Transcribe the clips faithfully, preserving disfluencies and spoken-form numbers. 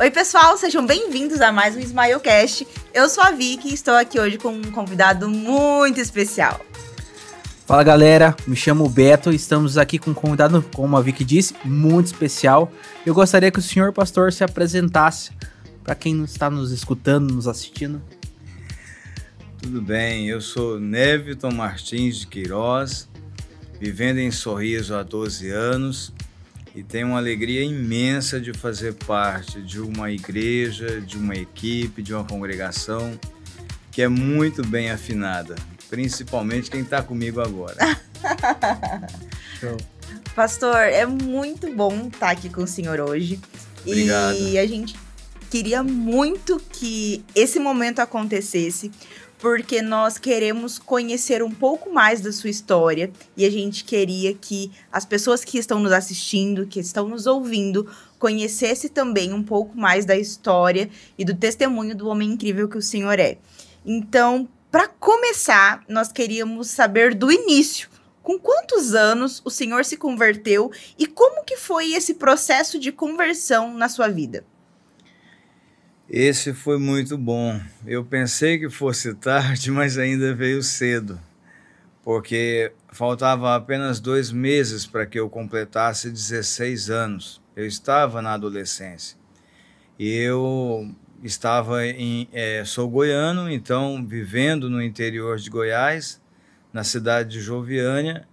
Oi pessoal, sejam bem-vindos a mais um Smilecast. Eu sou a Vicky e estou aqui hoje com um convidado muito especial. Fala galera, me chamo Beto e estamos aqui com um convidado, como a Vicky disse, muito especial. Eu gostaria que o senhor pastor se apresentasse para quem está nos escutando, nos assistindo. Tudo bem, eu sou Neviton Martins de Queiroz, vivendo em Sorriso há doze anos e tenho uma alegria imensa de fazer parte de uma igreja, de uma equipe, de uma congregação que é muito bem afinada, principalmente quem está comigo agora. Show. Pastor, é muito bom estar aqui com o senhor hoje. Obrigado. E a gente queria muito que esse momento acontecesse, porque nós queremos conhecer um pouco mais da sua história e a gente queria que as pessoas que estão nos assistindo, que estão nos ouvindo, conhecessem também um pouco mais da história e do testemunho do homem incrível que o senhor é. Então, para começar, nós queríamos saber do início. Com quantos anos o senhor se converteu e como que foi esse processo de conversão na sua vida? Esse foi muito bom. Eu pensei que fosse tarde, mas ainda veio cedo, porque faltava apenas dois meses para que eu completasse dezesseis anos. Eu estava na adolescência e eu estava em, é, sou goiano, então vivendo no interior de Goiás, na cidade de Joviânia,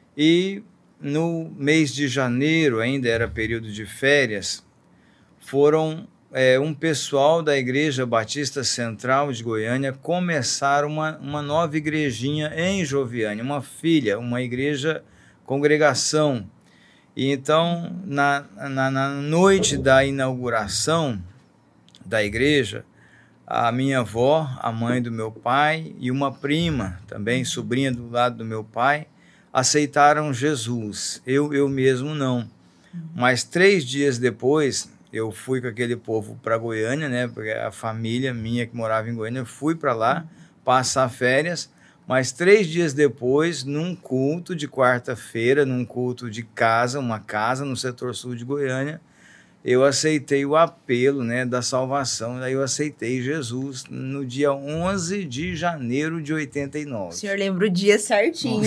e no mês de janeiro, ainda era período de férias, foram É, um pessoal da Igreja Batista Central de Goiânia começar uma, uma nova igrejinha em Joviânia, uma filha, uma igreja congregação. E então, na, na, na noite da inauguração da igreja, a minha avó, a mãe do meu pai, e uma prima, também sobrinha do lado do meu pai, aceitaram Jesus. Eu, eu mesmo não. Mas três dias depois, eu fui com aquele povo para Goiânia, né? Porque a família minha que morava em Goiânia, eu fui para lá passar férias, mas três dias depois, num culto de quarta-feira, num culto de casa, uma casa no setor sul de Goiânia, eu aceitei o apelo, né, da salvação, daí eu aceitei Jesus no dia onze de janeiro de oitenta e nove. O senhor lembra o dia certinho.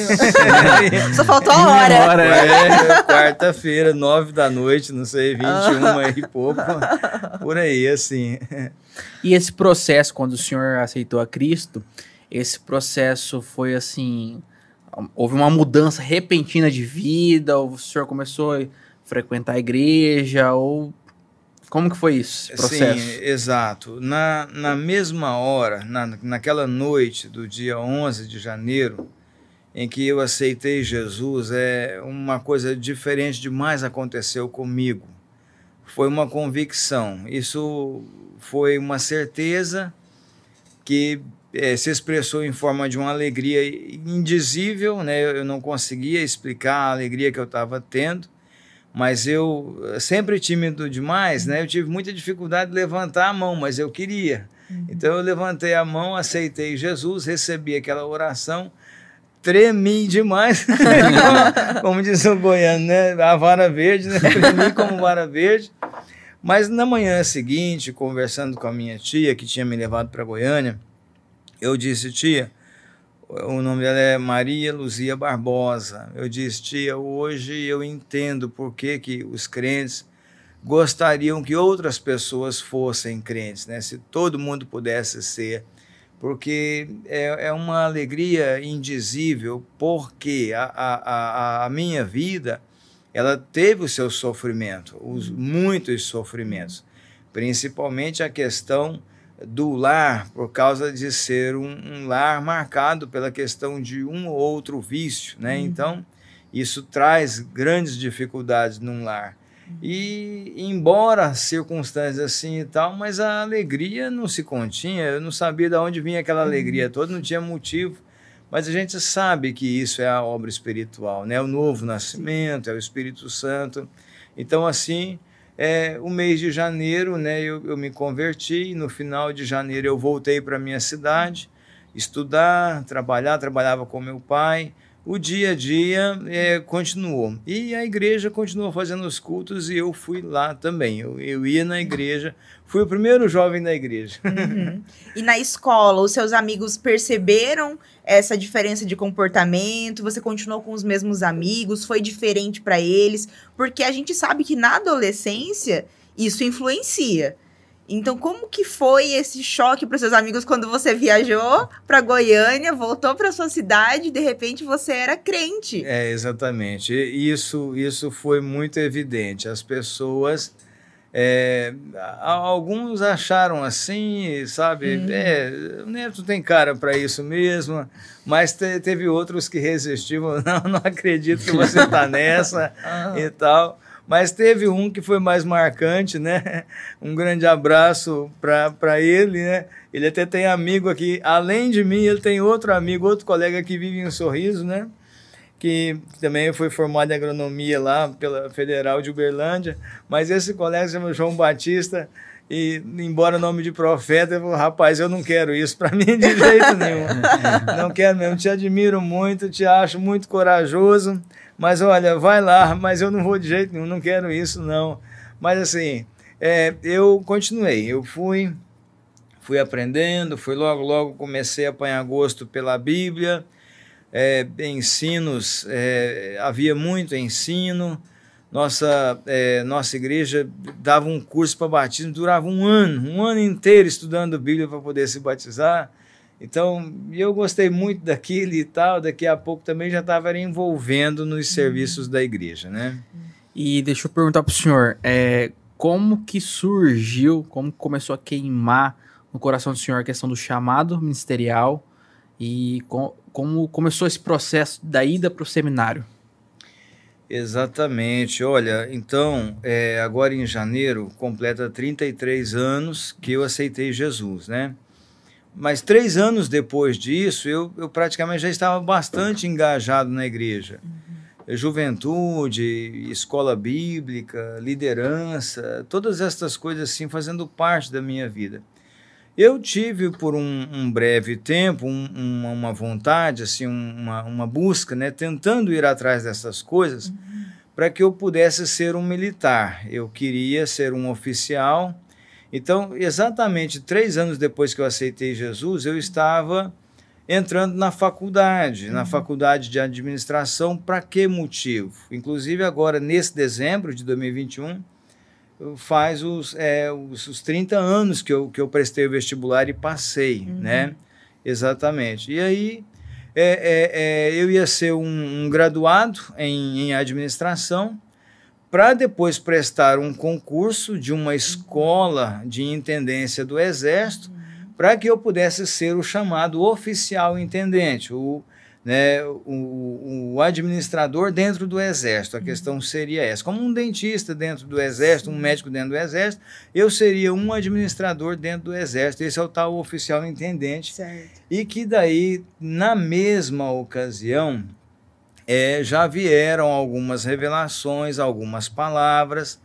Só faltou a hora. hora é, quarta-feira, nove da noite, não sei, vinte e uma e pouco, por aí, assim. E esse processo, quando o senhor aceitou a Cristo, esse processo foi assim, houve uma mudança repentina de vida, ou o senhor começou a frequentar a igreja, ou como que foi isso, esse processo? Sim, exato. Na, na mesma hora, na, naquela noite do dia onze de janeiro, em que eu aceitei Jesus, é uma coisa diferente demais aconteceu comigo. Foi uma convicção, isso foi uma certeza que é, se expressou em forma de uma alegria indizível, né? Eu não conseguia explicar a alegria que eu estava tendo, mas eu, sempre tímido demais, né? Eu tive muita dificuldade de levantar a mão, mas eu queria. Uhum. Então eu levantei a mão, aceitei Jesus, recebi aquela oração, tremi demais, como, como diz o goiano, né? A vara verde, né? Tremi como vara verde. Mas na manhã seguinte, conversando com a minha tia, que tinha me levado para Goiânia, eu disse, tia, o nome dela é Maria Luzia Barbosa. Eu disse, tia, hoje eu entendo por que que os crentes gostariam que outras pessoas fossem crentes, né? Se todo mundo pudesse ser, porque é, é uma alegria indizível, porque a, a, a minha vida, ela teve o seu sofrimento, os, muitos sofrimentos, principalmente a questão do lar, por causa de ser um, um lar marcado pela questão de um ou outro vício, né? Uhum. Então, isso traz grandes dificuldades num lar. Uhum. E, embora circunstâncias assim e tal, mas a alegria não se continha, eu não sabia de onde vinha aquela alegria toda, não tinha motivo, mas a gente sabe que isso é a obra espiritual, né? O novo nascimento, é o Espírito Santo. Então, assim, É, o mês de janeiro, né, eu, eu me converti, e no final de janeiro eu voltei para a minha cidade, estudar, trabalhar, trabalhava com meu pai, o dia a dia é, continuou. E a igreja continuou fazendo os cultos e eu fui lá também. Eu, eu ia na igreja, fui o primeiro jovem da igreja. Uhum. E na escola, os seus amigos perceberam essa diferença de comportamento? Você continuou com os mesmos amigos? Foi diferente para eles? Porque a gente sabe que na adolescência isso influencia. Então, como que foi esse choque para os seus amigos quando você viajou para Goiânia, voltou para sua cidade e de repente você era crente? É, exatamente. Isso, isso foi muito evidente. As pessoas, é, alguns acharam assim, sabe? Hum. É, o Neto tem cara para isso mesmo, mas te, teve outros que resistiam. Não, não acredito que você está nessa ah. e tal. Mas teve um que foi mais marcante, né? Um grande abraço para ele, né? Ele até tem amigo aqui, além de mim, ele tem outro amigo, outro colega que vive em Sorriso, né? Que também foi formado em agronomia lá pela Federal de Uberlândia. Mas esse colega se chama João Batista e, embora nome de profeta, eu falei, rapaz, eu não quero isso para mim de jeito nenhum. Não quero mesmo, te admiro muito, te acho muito corajoso. Mas olha, vai lá, mas eu não vou de jeito nenhum, não quero isso não. Mas assim, é, eu continuei, eu fui, fui aprendendo, fui logo, logo comecei a apanhar gosto pela Bíblia, é, ensinos, é, havia muito ensino, nossa, é, nossa igreja dava um curso para batismo, durava um ano, um ano inteiro estudando Bíblia para poder se batizar. Então, eu gostei muito daquilo e tal, daqui a pouco também já estava envolvendo nos serviços da igreja, né? E deixa eu perguntar para o senhor, é, como que surgiu, como começou a queimar no coração do senhor a questão do chamado ministerial e com, como começou esse processo da ida para o seminário? Exatamente, olha, então, é, agora em janeiro, completa trinta e três anos que eu aceitei Jesus, né? Mas três anos depois disso, eu, eu praticamente já estava bastante engajado na igreja. Uhum. Juventude, escola bíblica, liderança, todas essas coisas assim fazendo parte da minha vida. Eu tive por um, um breve tempo um, uma, uma vontade, assim, uma, uma busca, né, tentando ir atrás dessas coisas, uhum, para que eu pudesse ser um militar. Eu queria ser um oficial. Então, exatamente três anos depois que eu aceitei Jesus, eu estava entrando na faculdade, uhum, na faculdade de administração. Para que motivo? Inclusive agora, nesse dezembro de dois mil e vinte e um, faz os, é, os, os trinta anos que eu, que eu prestei o vestibular e passei, uhum, né? Exatamente. E aí, é, é, é, eu ia ser um, um graduado em, em administração, para depois prestar um concurso de uma escola de intendência do Exército, para que eu pudesse ser o chamado oficial intendente, o, né, o, o administrador dentro do Exército. A questão seria essa. Como um dentista dentro do Exército, um médico dentro do Exército, eu seria um administrador dentro do Exército. Esse é o tal oficial intendente. Certo. E que daí, na mesma ocasião, É, já vieram algumas revelações, algumas palavras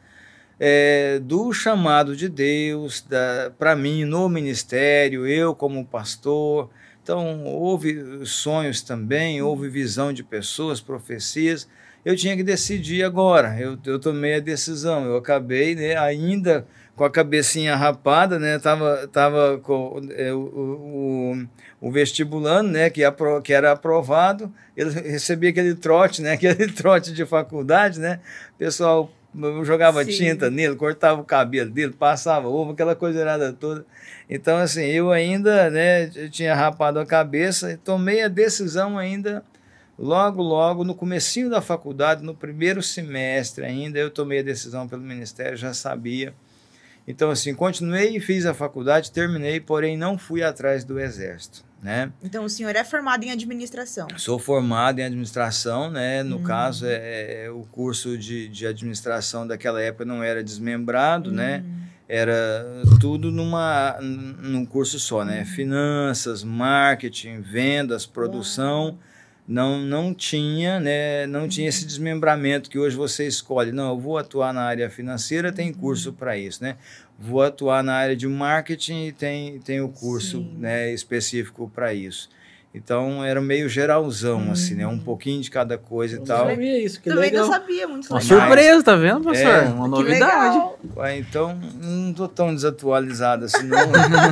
é, do chamado de Deus para mim no ministério, eu como pastor. Então, houve sonhos também, houve visão de pessoas, profecias. Eu tinha que decidir agora, eu, eu tomei a decisão, eu acabei, né, ainda com a cabecinha rapada, né, tava, tava com é, o, o, o vestibulando, né, que, apro, que era aprovado, ele recebia aquele trote, né, aquele trote de faculdade, né, o pessoal jogava Sim. tinta nele, cortava o cabelo dele, passava ovo, aquela coisa errada toda. Então, assim, eu ainda, né, eu tinha rapado a cabeça e tomei a decisão ainda logo, logo, no comecinho da faculdade, no primeiro semestre ainda, eu tomei a decisão pelo ministério, já sabia. Então, assim, continuei e fiz a faculdade, terminei, porém não fui atrás do Exército, né? Então, o senhor é formado em administração? Sou formado em administração, né? No hum. caso, é, é, o curso de, de administração daquela época não era desmembrado, hum. né? Era tudo numa, num curso só, né? Hum. Finanças, marketing, vendas, produção... Uau. Não, não tinha, né, não tinha esse desmembramento que hoje você escolhe. Não, eu vou atuar na área financeira, tem curso para isso, né? Vou atuar na área de marketing e tem, tem o curso, né, específico para isso. Então era meio geralzão, hum. assim, né? Um pouquinho de cada coisa eu e tal. Eu sabia isso, que Também legal. não sabia, muito Uma legal. surpresa, tá vendo, professor? É, Uma novidade. Ué, então, não tô tão desatualizado assim, não.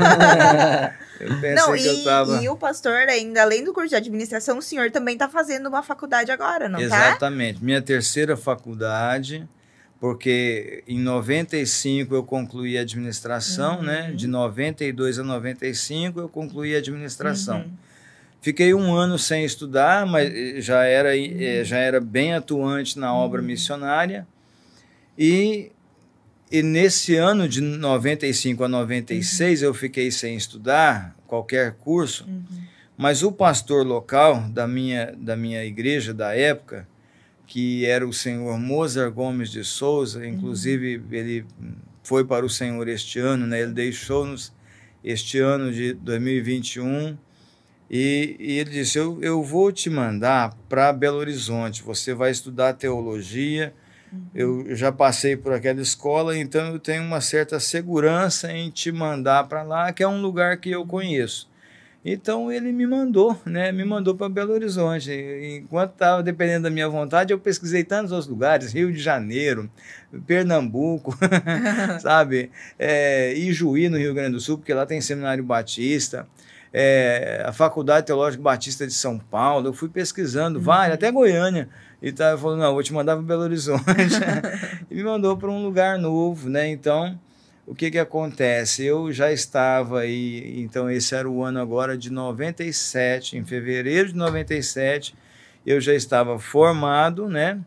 Eu pensei não, que e, eu tava... e o pastor, ainda além do curso de administração, o senhor também está fazendo uma faculdade agora, não tá? Exatamente. Minha terceira faculdade, porque em noventa e cinco eu concluí administração, uhum. né? De noventa e dois a noventa e cinco eu concluí administração. Uhum. Fiquei um ano sem estudar, mas já era, uhum. já era bem atuante na obra uhum. missionária. E, e nesse ano de noventa e cinco a noventa e seis uhum. eu fiquei sem estudar qualquer curso, uhum. mas o pastor local da minha, da minha igreja da época, que era o senhor Mozart Gomes de Souza, inclusive uhum. ele foi para o Senhor este ano, né? Ele deixou-nos este ano de dois mil e vinte e um, e, e ele disse, eu, eu vou te mandar para Belo Horizonte, você vai estudar teologia, uhum. eu já passei por aquela escola, então eu tenho uma certa segurança em te mandar para lá, que é um lugar que eu conheço. Então ele me mandou, né? Me mandou para Belo Horizonte. Enquanto estava dependendo da minha vontade, eu pesquisei tantos outros lugares, Rio de Janeiro, Pernambuco, sabe? É, Ijuí, no Rio Grande do Sul, porque lá tem Seminário Batista, é, a Faculdade Teológica Batista de São Paulo. Eu fui pesquisando, uhum. vai, até Goiânia. E tá, eu falei, não, vou te mandar para Belo Horizonte. E me mandou para um lugar novo, né? Então... O que que acontece? Eu já estava aí, então esse era o ano agora de noventa e sete, em fevereiro de noventa e sete, eu já estava formado, né,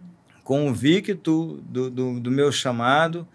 convicto do, do, do meu chamado,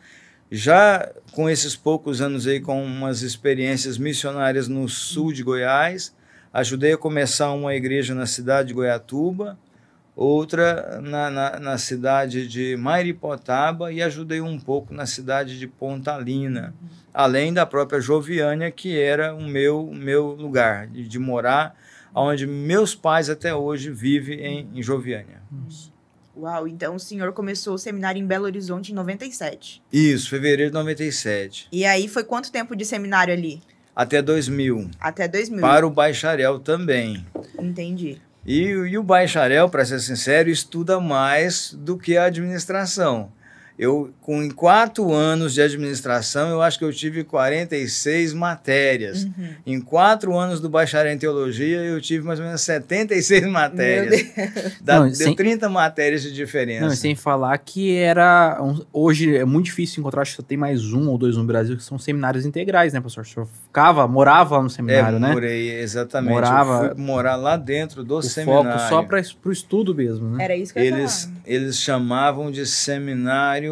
já com esses poucos anos aí com umas experiências missionárias no sul de Goiás, ajudei a começar uma igreja na cidade de Goiatuba, outra na, na, na cidade de Mairipotaba e ajudei um pouco na cidade de Pontalina, uhum. além da própria Joviânia, que era o meu, meu lugar de, de morar, onde meus pais até hoje vivem em, em Joviânia. Uau, então o senhor começou o seminário em Belo Horizonte em noventa e sete. Isso, fevereiro de noventa e sete. E aí foi quanto tempo de seminário ali? Até dois mil. Até dois mil. Para o bacharel também. Entendi. E, e o bacharel, para ser sincero, estuda mais do que a administração. Eu, com em quatro anos de administração, eu acho que eu tive quarenta e seis matérias. Uhum. Em quatro anos do bacharel em teologia, eu tive mais ou menos setenta e seis matérias. Da, Não, sem... trinta matérias de diferença. Não, sem falar que era... Um, hoje é muito difícil encontrar, acho que só tem mais um ou dois no Brasil, que são seminários integrais, né, professor? O senhor ficava, morava no seminário, é, né? morei, exatamente. Morava... Eu fui morar lá dentro do o seminário. Foco só para o estudo mesmo, né? Era isso que eu eles, falava. Eles chamavam de seminário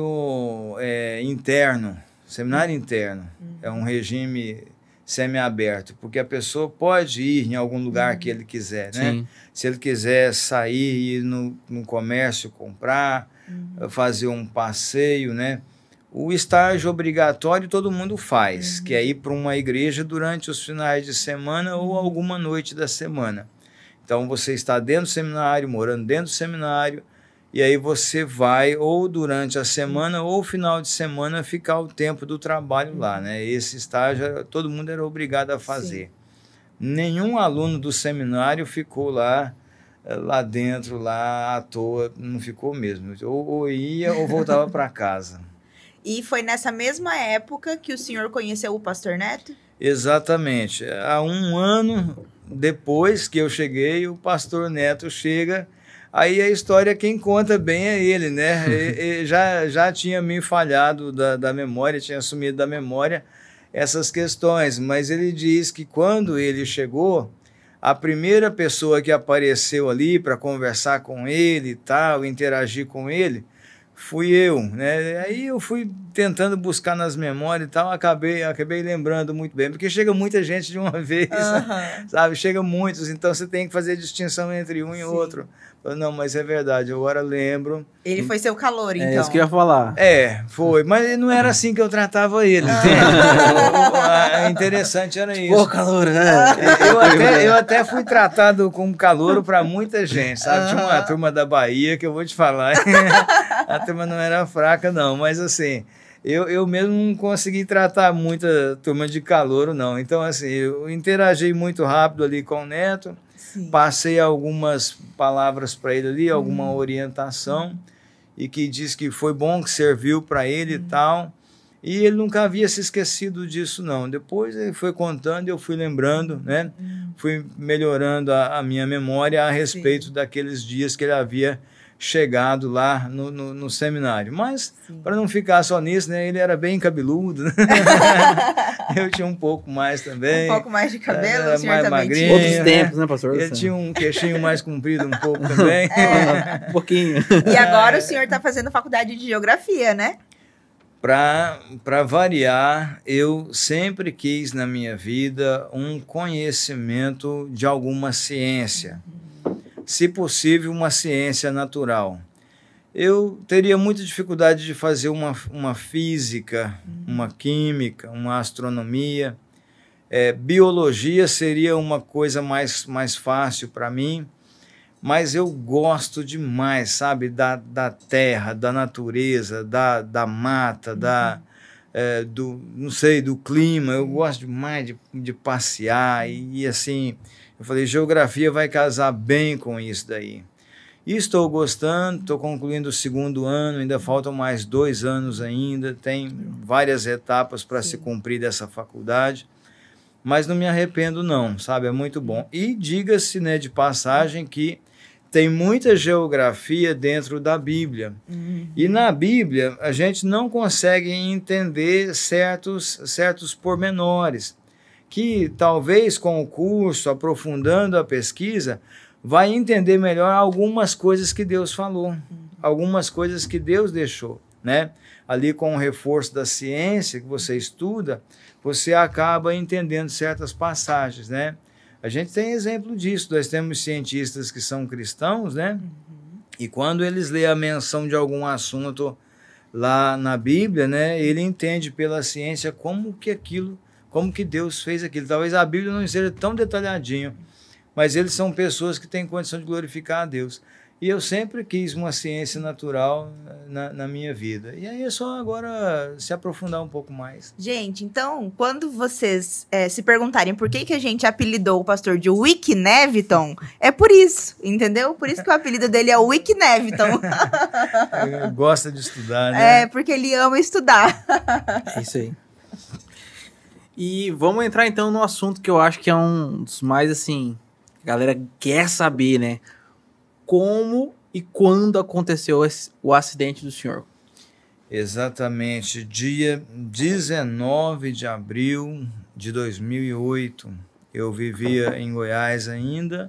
é, interno, seminário interno. Uhum. É um regime semiaberto, porque a pessoa pode ir em algum lugar uhum. que ele quiser, né? Sim. Se ele quiser sair, ir no, no comércio, comprar, uhum. fazer um passeio, né? O estágio obrigatório todo mundo faz, uhum. que é ir para uma igreja durante os finais de semana uhum. ou alguma noite da semana. Então você está dentro do seminário, morando dentro do seminário, e aí você vai ou durante a semana ou final de semana ficar o tempo do trabalho uhum. lá, né? Esse estágio todo mundo era obrigado a fazer. Sim. Nenhum aluno do seminário ficou lá, lá dentro, lá à toa, não ficou mesmo. Ou, ou ia ou voltava para casa. E foi nessa mesma época que o senhor conheceu o pastor Neto? Exatamente. Há um ano depois que eu cheguei, o pastor Neto chega. Aí a história, quem conta bem é ele, né? ele já, já tinha me falhado da, da memória, tinha sumido da memória essas questões, mas ele diz que quando ele chegou, a primeira pessoa que apareceu ali para conversar com ele e tal, interagir com ele, fui eu, né? Aí eu fui tentando buscar nas memórias e tal, acabei, acabei lembrando muito bem, porque chega muita gente de uma vez, uhum. sabe? Chega muitos, então você tem que fazer distinção entre um Sim. e outro. Não, mas é verdade, eu agora lembro. Ele foi seu calor, então. É isso que eu ia falar. É, foi, mas não era assim que eu tratava ele, entende? O interessante era isso. Pô, calor, né? Eu até, eu até fui tratado como calouro para muita gente, sabe? Tinha uma turma da Bahia que eu vou te falar, a turma não era fraca não, mas assim, eu, eu mesmo não consegui tratar muita turma de calouro, não. Então, assim, eu interagi muito rápido ali com o neto, Sim. passei algumas palavras para ele ali, alguma hum. orientação, hum. e que diz que foi bom, que serviu para ele hum. e tal. E ele nunca havia se esquecido disso, não. Depois ele foi contando e eu fui lembrando, né? Hum. Fui melhorando a, a minha memória a respeito Sim. daqueles dias que ele havia chegado lá no, no, no seminário. Mas, para não ficar só nisso, né? Ele era bem cabeludo. Né? Eu tinha um pouco mais também. Um pouco mais de cabelo, era o senhor mais também magrinho, tinha. Outros tempos, né, pastor? Ele tinha um queixinho mais comprido um pouco também. É. Um pouquinho. E agora o senhor está fazendo faculdade de geografia, né? Para variar, eu sempre quis na minha vida um conhecimento de alguma ciência, se possível uma ciência natural. Eu teria muita dificuldade de fazer uma, uma física, uma química, uma astronomia. É, biologia seria uma coisa mais, mais fácil para mim. Mas eu gosto demais, sabe, da, da terra, da natureza, da, da mata, uhum. da, é, do, não sei, do clima. Eu gosto demais de, de passear e, e, assim, eu falei, geografia vai casar bem com isso daí. E estou gostando, estou concluindo o segundo ano, ainda faltam mais dois anos ainda, tem várias etapas para se cumprir dessa faculdade. Mas não me arrependo não, sabe, é muito bom. E diga-se, né, de passagem que tem muita geografia dentro da Bíblia. Uhum. E na Bíblia a gente não consegue entender certos, certos pormenores, que talvez com o curso, aprofundando a pesquisa, vai entender melhor algumas coisas que Deus falou, uhum. algumas coisas que Deus deixou, né? Ali com o reforço da ciência que você estuda, você acaba entendendo certas passagens, né? A gente tem exemplo disso, nós temos cientistas que são cristãos, né? Uhum. E quando eles lêem a menção de algum assunto lá na Bíblia, né? Ele entende pela ciência como que aquilo, como que Deus fez aquilo. Talvez a Bíblia não seja tão detalhadinho, mas eles são pessoas que têm condição de glorificar a Deus. E eu sempre quis uma ciência natural na, na minha vida. E aí é só agora se aprofundar um pouco mais. Gente, então, quando vocês é, se perguntarem por que, que a gente apelidou o pastor de Wick Neviton, é por isso, entendeu? Por isso que o apelido dele é Wick Neviton. Gosta de estudar, né? É, porque ele ama estudar. É isso aí. E vamos entrar então no assunto que eu acho que é um dos mais, assim, a galera quer saber, né? Como e quando aconteceu esse, o acidente do senhor? Exatamente, dia dezenove de abril de dois mil e oito. Eu vivia em Goiás ainda,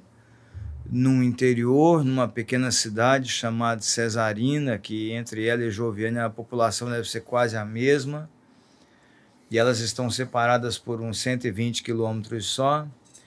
no interior, numa pequena cidade chamada Cesarina, que entre ela e Joviânia a população deve ser quase a mesma. E elas estão separadas por uns cento e vinte quilômetros só.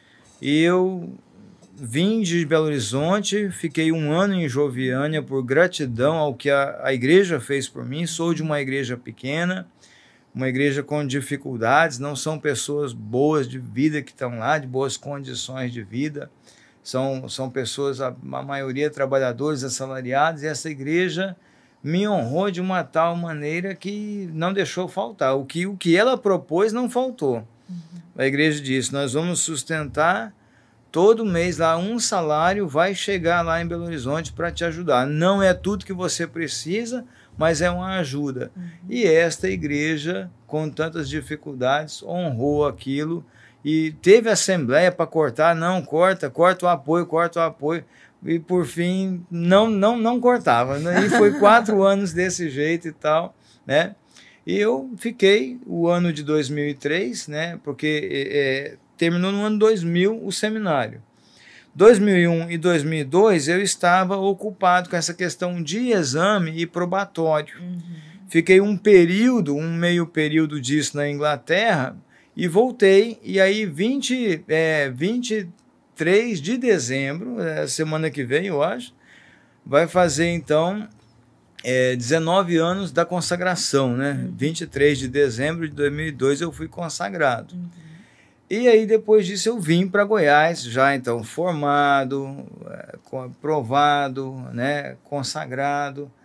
E eu vim de Belo Horizonte, fiquei um ano em Joviânia por gratidão ao que a, a igreja fez por mim. Sou de uma igreja pequena, uma igreja com dificuldades, não são pessoas boas de vida que estão lá, de boas condições de vida. São, são pessoas, a, a maioria trabalhadores, assalariados, e essa igreja me honrou de uma tal maneira que não deixou faltar. O que, o que ela propôs não faltou. Uhum. A igreja disse, nós vamos sustentar todo mês lá, um salário vai chegar lá em Belo Horizonte para te ajudar. Não é tudo que você precisa, mas é uma ajuda. Uhum. E esta igreja, com tantas dificuldades, honrou aquilo e teve assembleia para cortar, não corta, corta o apoio, corta o apoio. E por fim, não, não, não cortava. Né? E foi quatro anos desse jeito e tal, né? E eu fiquei o ano de dois mil e três, né? Porque é, terminou no ano dois mil o seminário. dois mil e um e dois mil e dois eu estava ocupado com essa questão de exame e probatório. Uhum. Fiquei um período, um meio período disso na Inglaterra e voltei. E aí, vinte, é, vinte e três de dezembro, é, semana que vem, eu acho, vai fazer então é, dezenove anos da consagração, né? Uhum. vinte e três de dezembro de dois mil e dois eu fui consagrado. Uhum. E aí, depois disso, eu vim para Goiás, já então formado, aprovado, né, consagrado,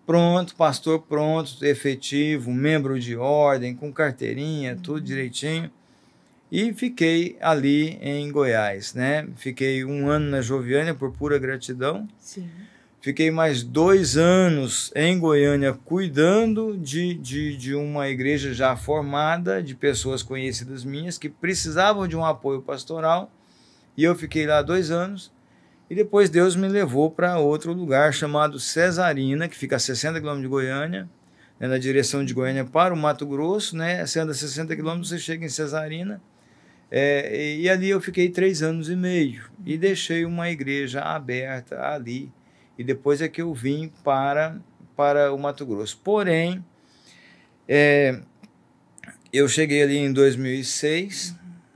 pronto, pastor pronto, efetivo, membro de ordem, com carteirinha, uhum. tudo direitinho. E fiquei ali em Goiás, né? Fiquei um ano na Joviânia por pura gratidão. Sim. Fiquei mais dois anos em Goiânia cuidando de, de, de uma igreja já formada, de pessoas conhecidas minhas que precisavam de um apoio pastoral. E eu fiquei lá dois anos. E depois Deus me levou para outro lugar chamado Cesarina, que fica a sessenta quilômetros de Goiânia, né, na direção de Goiânia para o Mato Grosso, né? Você anda sessenta quilômetros, você chega em Cesarina. É, e ali eu fiquei três anos e meio e deixei uma igreja aberta ali. E depois é que eu vim para, para o Mato Grosso. Porém, é, eu cheguei ali em dois mil e seis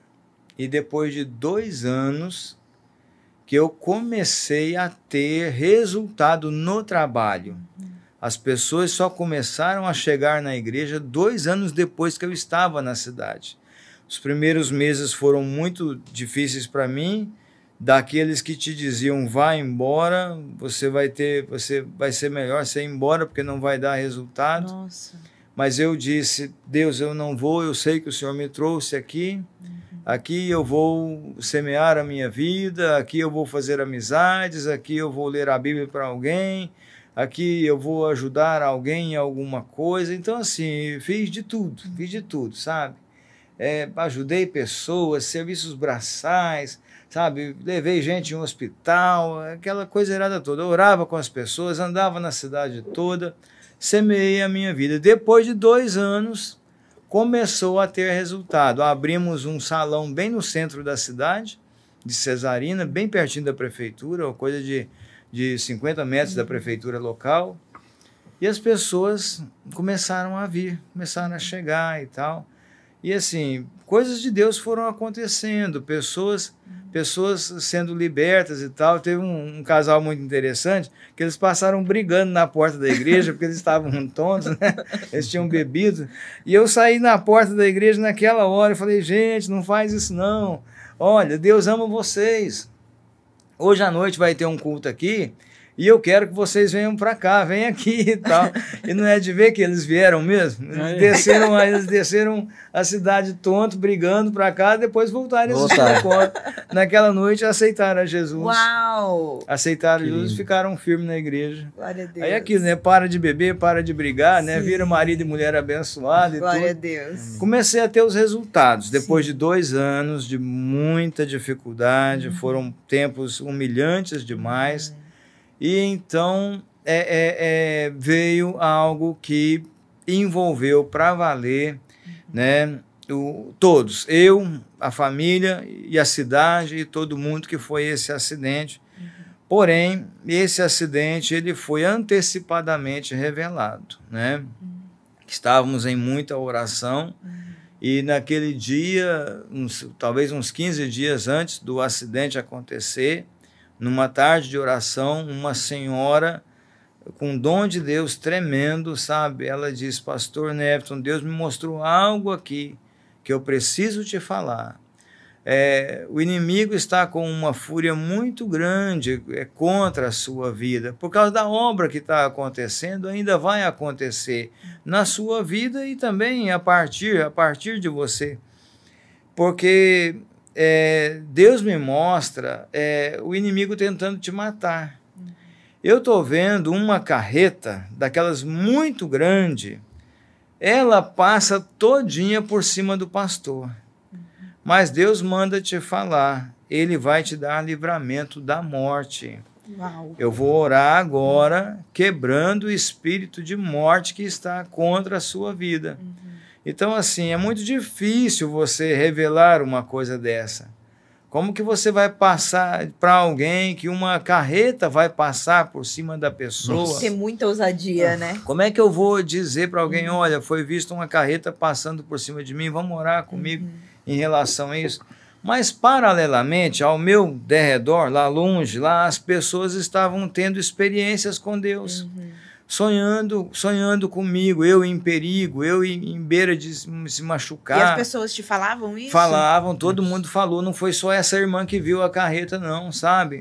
e depois de dois anos que eu comecei a ter resultado no trabalho. As pessoas só começaram a chegar na igreja dois anos depois que eu estava na cidade. Os primeiros meses foram muito difíceis para mim, daqueles que te diziam, vá embora, você vai ter, você vai ser melhor você ir embora porque não vai dar resultado. Nossa. Mas eu disse, Deus, eu não vou, eu sei que o Senhor me trouxe aqui, uhum. aqui eu vou semear a minha vida, aqui eu vou fazer amizades, aqui eu vou ler a Bíblia para alguém, aqui eu vou ajudar alguém em alguma coisa. Então assim, fiz de tudo, fiz de tudo, sabe? É, ajudei pessoas, serviços braçais, sabe, levei gente em um hospital, aquela coisa errada toda. Eu orava com as pessoas, andava na cidade toda, semeei a minha vida. Depois de dois anos, começou a ter resultado. Abrimos um salão bem no centro da cidade, de Cesarina, bem pertinho da prefeitura, uma coisa de, de cinquenta metros da prefeitura local. E as pessoas começaram a vir, começaram a chegar e tal. E assim, coisas de Deus foram acontecendo, pessoas, pessoas sendo libertas e tal. Teve um, um casal muito interessante, que eles passaram brigando na porta da igreja, porque eles estavam tontos, né? Eles tinham bebido. E eu saí na porta da igreja naquela hora e falei, gente, não faz isso não. Olha, Deus ama vocês. Hoje à noite vai ter um culto aqui, e eu quero que vocês venham para cá, venham aqui e tal. E não é de ver que eles vieram mesmo? Eles desceram, eles desceram a cidade tonto, brigando para cá, depois voltaram a conta. Naquela noite aceitaram a Jesus. Uau! Aceitaram Jesus e ficaram firmes na igreja. Glória a Deus. Aí aquilo, né? Para de beber, para de brigar, sim, né? Vira marido e mulher abençoado e tudo. Glória a Deus. Comecei a ter os resultados. Depois, sim, de dois anos de muita dificuldade, uhum, foram tempos humilhantes demais. Uhum. E então é, é, é, veio algo que envolveu para valer, uhum, né, o, todos, eu, a família e a cidade e todo mundo, que foi esse acidente. Uhum. Porém, esse acidente ele foi antecipadamente revelado, né? Uhum. Estávamos em muita oração, uhum, e naquele dia, uns, talvez uns quinze dias antes do acidente acontecer, numa tarde de oração, uma senhora com um dom de Deus tremendo, sabe? Ela disse, pastor Nefton, Deus me mostrou algo aqui que eu preciso te falar. É, o inimigo está com uma fúria muito grande é, contra a sua vida, por causa da obra que está acontecendo, ainda vai acontecer na sua vida e também a partir, a partir de você. Porque É, Deus me mostra é, o inimigo tentando te matar. Uhum. Eu estou vendo uma carreta, daquelas muito grande, ela passa todinha por cima do pastor. Uhum. Mas Deus manda te falar, Ele vai te dar livramento da morte. Uau. Eu vou orar agora, quebrando o espírito de morte que está contra a sua vida. Uhum. Então, assim, é muito difícil você revelar uma coisa dessa. Como que você vai passar para alguém que uma carreta vai passar por cima da pessoa? Tem muita ousadia, ah, né? Como é que eu vou dizer para alguém, uhum, olha, foi vista uma carreta passando por cima de mim, vamos orar comigo, uhum, em relação a isso? Mas, paralelamente, ao meu derredor, lá longe, lá as pessoas estavam tendo experiências com Deus. Uhum. Sonhando, sonhando comigo, eu em perigo, eu em, em beira de se machucar. E as pessoas te falavam isso? Falavam, todo mundo falou, não foi só essa irmã que viu a carreta não, sabe?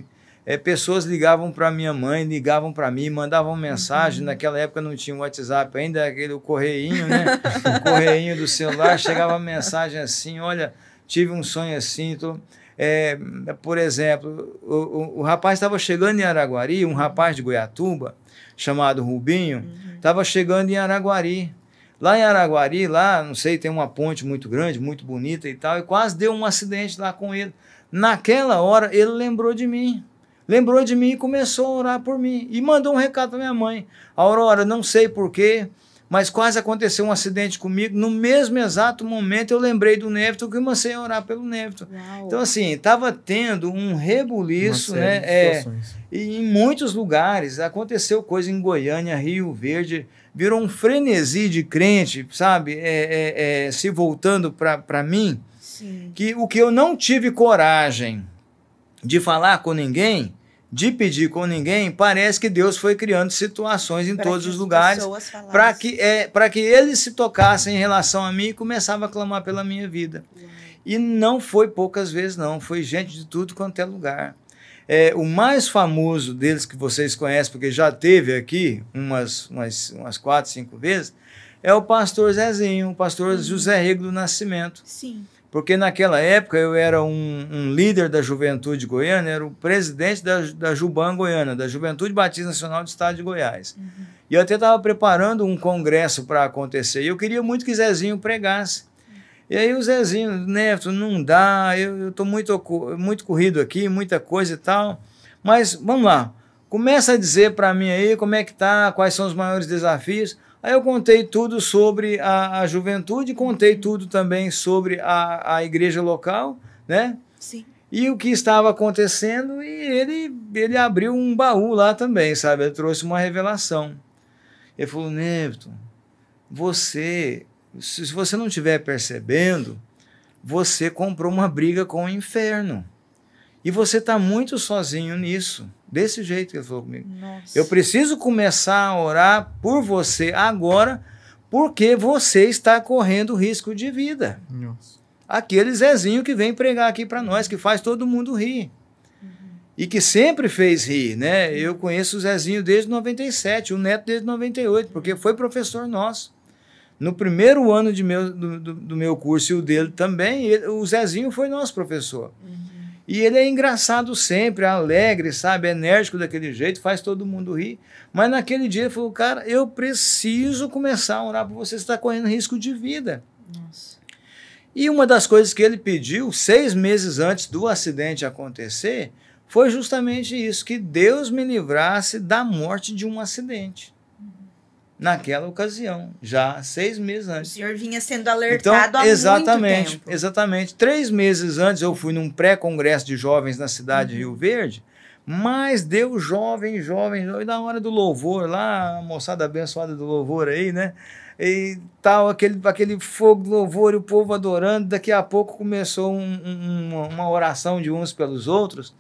é, pessoas ligavam para minha mãe, ligavam para mim, mandavam mensagem. Uhum. Naquela época não tinha o WhatsApp ainda, aquele o correinho, né? O correinho do celular, chegava mensagem assim, olha, tive um sonho assim, tô... É, por exemplo, o, o, o rapaz estava chegando em Araguari, um rapaz de Goiatuba, chamado Rubinho, estava uhum. chegando em Araguari. Lá em Araguari, lá, não sei, tem uma ponte muito grande, muito bonita e tal, e quase deu um acidente lá com ele. Naquela hora, ele lembrou de mim. Lembrou de mim e começou a orar por mim. E mandou um recado para minha mãe. Aurora, não sei porquê, mas quase aconteceu um acidente comigo. No mesmo exato momento, eu lembrei do Névito, que eu comecei a orar pelo Névito. Uau. Então, assim, estava tendo um rebuliço, né? É, e em muitos lugares. Aconteceu coisa em Goiânia, Rio Verde, virou um frenesi de crente, sabe? É, é, é, se voltando para mim. Sim. Que o que eu não tive coragem de falar com ninguém, de pedir com ninguém, parece que Deus foi criando situações em pra todos os lugares para que, é, para que eles se tocassem em relação a mim e começavam a clamar pela minha vida. Uau. E não foi poucas vezes, não. Foi gente de tudo quanto é lugar. É, o mais famoso deles que vocês conhecem, porque já teve aqui umas, umas, umas quatro, cinco vezes, é o pastor Zezinho, o pastor uhum. José Rego do Nascimento. Sim. Porque naquela época eu era um, um líder da Juventude Goiana, era o presidente da, da Juban Goiana, da Juventude Batista Nacional do Estado de Goiás. Uhum. E eu até estava preparando um congresso para acontecer, e eu queria muito que Zezinho pregasse. Uhum. E aí o Zezinho, Neto, não dá, eu estou muito, muito corrido aqui, muita coisa e tal, mas vamos lá, começa a dizer para mim aí como é que tá, quais são os maiores desafios. Aí eu contei tudo sobre a, a juventude, contei tudo também sobre a, a igreja local, né? Sim. E o que estava acontecendo, e ele, ele abriu um baú lá também, sabe? Ele trouxe uma revelação. Ele falou, Neto, você, se você não estiver percebendo, você comprou uma briga com o inferno. E você está muito sozinho nisso. Desse jeito que ele falou comigo. Nossa. Eu preciso começar a orar por você agora, porque você está correndo risco de vida. Nossa. Aquele Zezinho que vem pregar aqui para nós, que faz todo mundo rir. Uhum. E que sempre fez rir, né? Eu conheço o Zezinho desde noventa e sete, o Neto desde noventa e oito, porque foi professor nosso. No primeiro ano de meu, do, do, do meu curso e o dele também, ele, o Zezinho foi nosso professor. Uhum. E ele é engraçado sempre, alegre, sabe, enérgico daquele jeito, faz todo mundo rir. Mas naquele dia ele falou, cara, eu preciso começar a orar por você, você está correndo risco de vida. Nossa. E uma das coisas que ele pediu, seis meses antes do acidente acontecer, foi justamente isso, que Deus me livrasse da morte de um acidente. Naquela ocasião, já seis meses antes. O senhor vinha sendo alertado então, há exatamente, muito tempo. Exatamente. Três meses antes eu fui num pré-congresso de jovens na cidade uhum. de Rio Verde, mas deu jovem, jovem, jovem, na hora do louvor, lá, a moçada abençoada do louvor aí, né? E tal, aquele, aquele fogo do louvor e o povo adorando, daqui a pouco começou um, um, uma oração de uns pelos outros.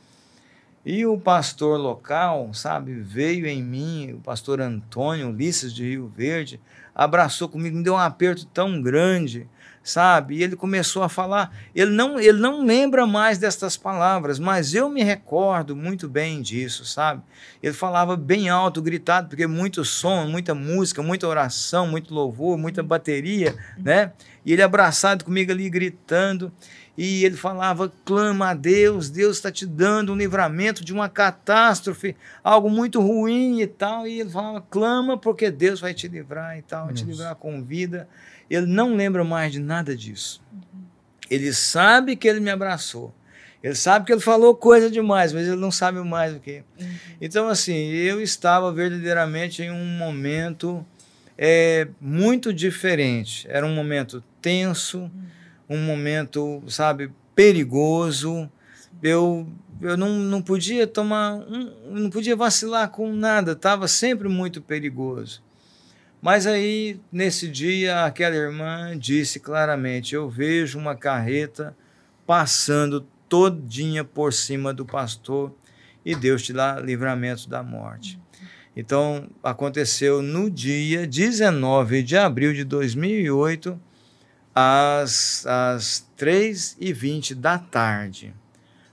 E o pastor local, sabe, veio em mim, o pastor Antônio Ulisses de Rio Verde, abraçou comigo, me deu um aperto tão grande, sabe, e ele começou a falar, ele não, ele não lembra mais destas palavras, mas eu me recordo muito bem disso, sabe, ele falava bem alto, gritado, porque muito som, muita música, muita oração, muito louvor, muita bateria, né, e ele abraçado comigo ali, gritando. E ele falava, clama a Deus, Deus está te dando um livramento de uma catástrofe, algo muito ruim e tal. E ele falava, clama porque Deus vai te livrar e tal, vai te livrar com vida. Ele não lembra mais de nada disso. Uhum. Ele sabe que ele me abraçou. Ele sabe que ele falou coisa demais, mas ele não sabe mais o que. Uhum. Então, assim, eu estava verdadeiramente em um momento é, muito diferente. Era um momento tenso, uhum. um momento, sabe, perigoso. Eu, eu não, não podia tomar, um, não podia vacilar com nada, estava sempre muito perigoso. Mas aí, nesse dia, aquela irmã disse claramente, eu vejo uma carreta passando todinha por cima do pastor e Deus te dá livramento da morte. Então, aconteceu no dia dezenove de abril de dois mil e oito, às, às três e vinte da tarde.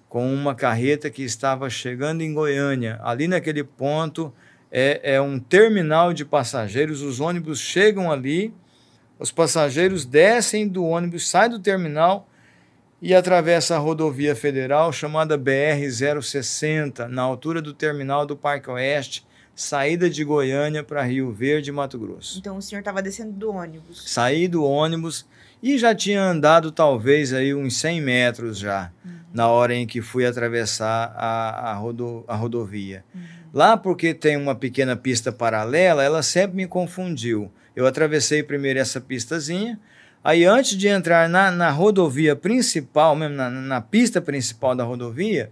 com uma carreta que estava chegando em Goiânia. Ali naquele ponto é, é um terminal de passageiros, os ônibus chegam ali, os passageiros descem do ônibus, saem do terminal e atravessa a rodovia federal chamada B R zero sessenta, na altura do terminal do Parque Oeste, saída de Goiânia para Rio Verde, Mato Grosso. Então o senhor estava descendo do ônibus. Saí do ônibus e já tinha andado talvez aí uns cem metros já, uhum. na hora em que fui atravessar a, a, rodo, a rodovia. Uhum. Lá, porque tem uma pequena pista paralela, ela sempre me confundiu. Eu atravessei primeiro essa pistazinha, aí antes de entrar na, na rodovia principal, mesmo na, na pista principal da rodovia,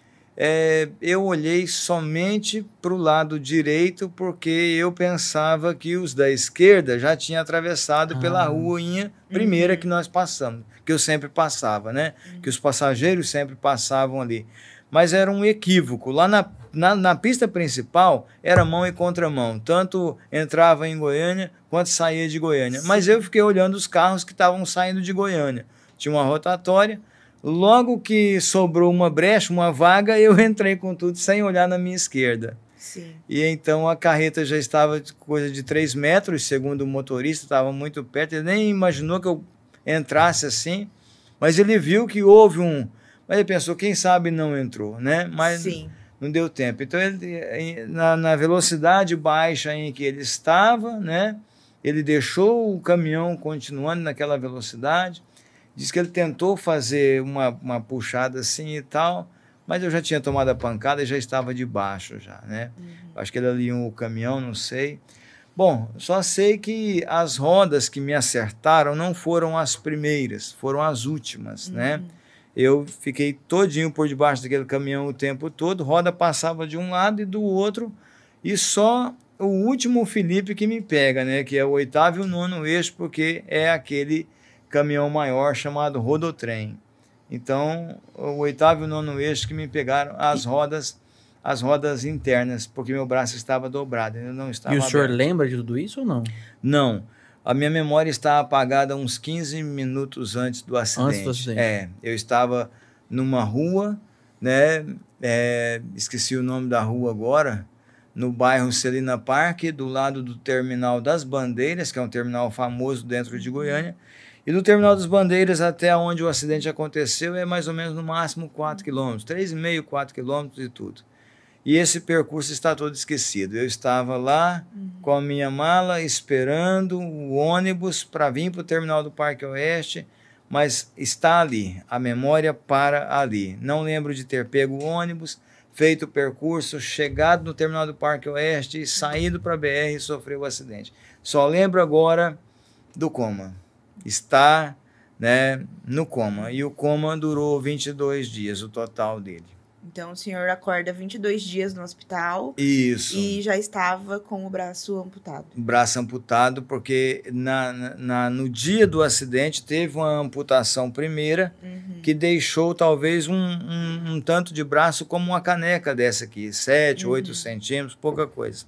É, eu olhei somente para o lado direito porque eu pensava que os da esquerda já tinham atravessado ah. pela ruinha primeira uhum. que nós passamos, que eu sempre passava, né? Uhum. Que os passageiros sempre passavam ali. Mas era um equívoco. Lá na, na, na pista principal era mão e contramão. Tanto entrava em Goiânia quanto saía de Goiânia. Sim. Mas eu fiquei olhando os carros que estavam saindo de Goiânia. Tinha uma rotatória. Logo que sobrou uma brecha, uma vaga, eu entrei com tudo sem olhar na minha esquerda. Sim. E então a carreta já estava de coisa de três metros, segundo o motorista, estava muito perto. Ele nem imaginou que eu entrasse assim, mas ele viu que houve um... Mas ele pensou, quem sabe não entrou, né? Mas Sim. não deu tempo. Então, ele, na, na velocidade baixa em que ele estava, né? Ele deixou o caminhão continuando naquela velocidade. Diz que ele tentou fazer uma, uma puxada assim e tal, mas eu já tinha tomado a pancada e já estava debaixo já, né? Uhum. Acho que ele alinhou o caminhão, não sei. Bom, só sei que as rodas que me acertaram não foram as primeiras, foram as últimas, uhum. né? Eu fiquei todinho por debaixo daquele caminhão o tempo todo, roda passava de um lado e do outro, e só o último Felipe que me pega, né? Que é o oitavo e o nono eixo, porque é aquele caminhão maior chamado rodotrem. Então, o oitavo e o nono eixo que me pegaram as rodas, as rodas internas, porque meu braço estava dobrado, eu não estava E o aberto. senhor lembra de tudo isso ou não? Não. A minha memória está apagada uns quinze minutos antes do acidente. Antes do acidente. É, eu estava numa rua, né? É, esqueci o nome da rua agora, no bairro Celina Parque, do lado do Terminal das Bandeiras, que é um terminal famoso dentro de Goiânia. E do Terminal das Bandeiras até onde o acidente aconteceu é mais ou menos no máximo quatro quilômetros, três vírgula cinco, quatro quilômetros e tudo. E esse percurso está todo esquecido. Eu estava lá uhum. com a minha mala esperando o ônibus para vir para o Terminal do Parque Oeste, mas está ali, a memória para ali. Não lembro de ter pego o ônibus, feito o percurso, chegado no Terminal do Parque Oeste, saído para a B R e sofreu o acidente. Só lembro agora do coma. Está, né, no coma. E o coma durou vinte e dois dias, o total dele. Então, o senhor acorda vinte e dois dias no hospital. Isso. E já estava com o braço amputado. Braço amputado, porque na, na, no dia do acidente teve uma amputação primeira, uhum. que deixou talvez um, um, um tanto de braço como uma caneca dessa aqui, sete, uhum. oito centímetros, pouca coisa.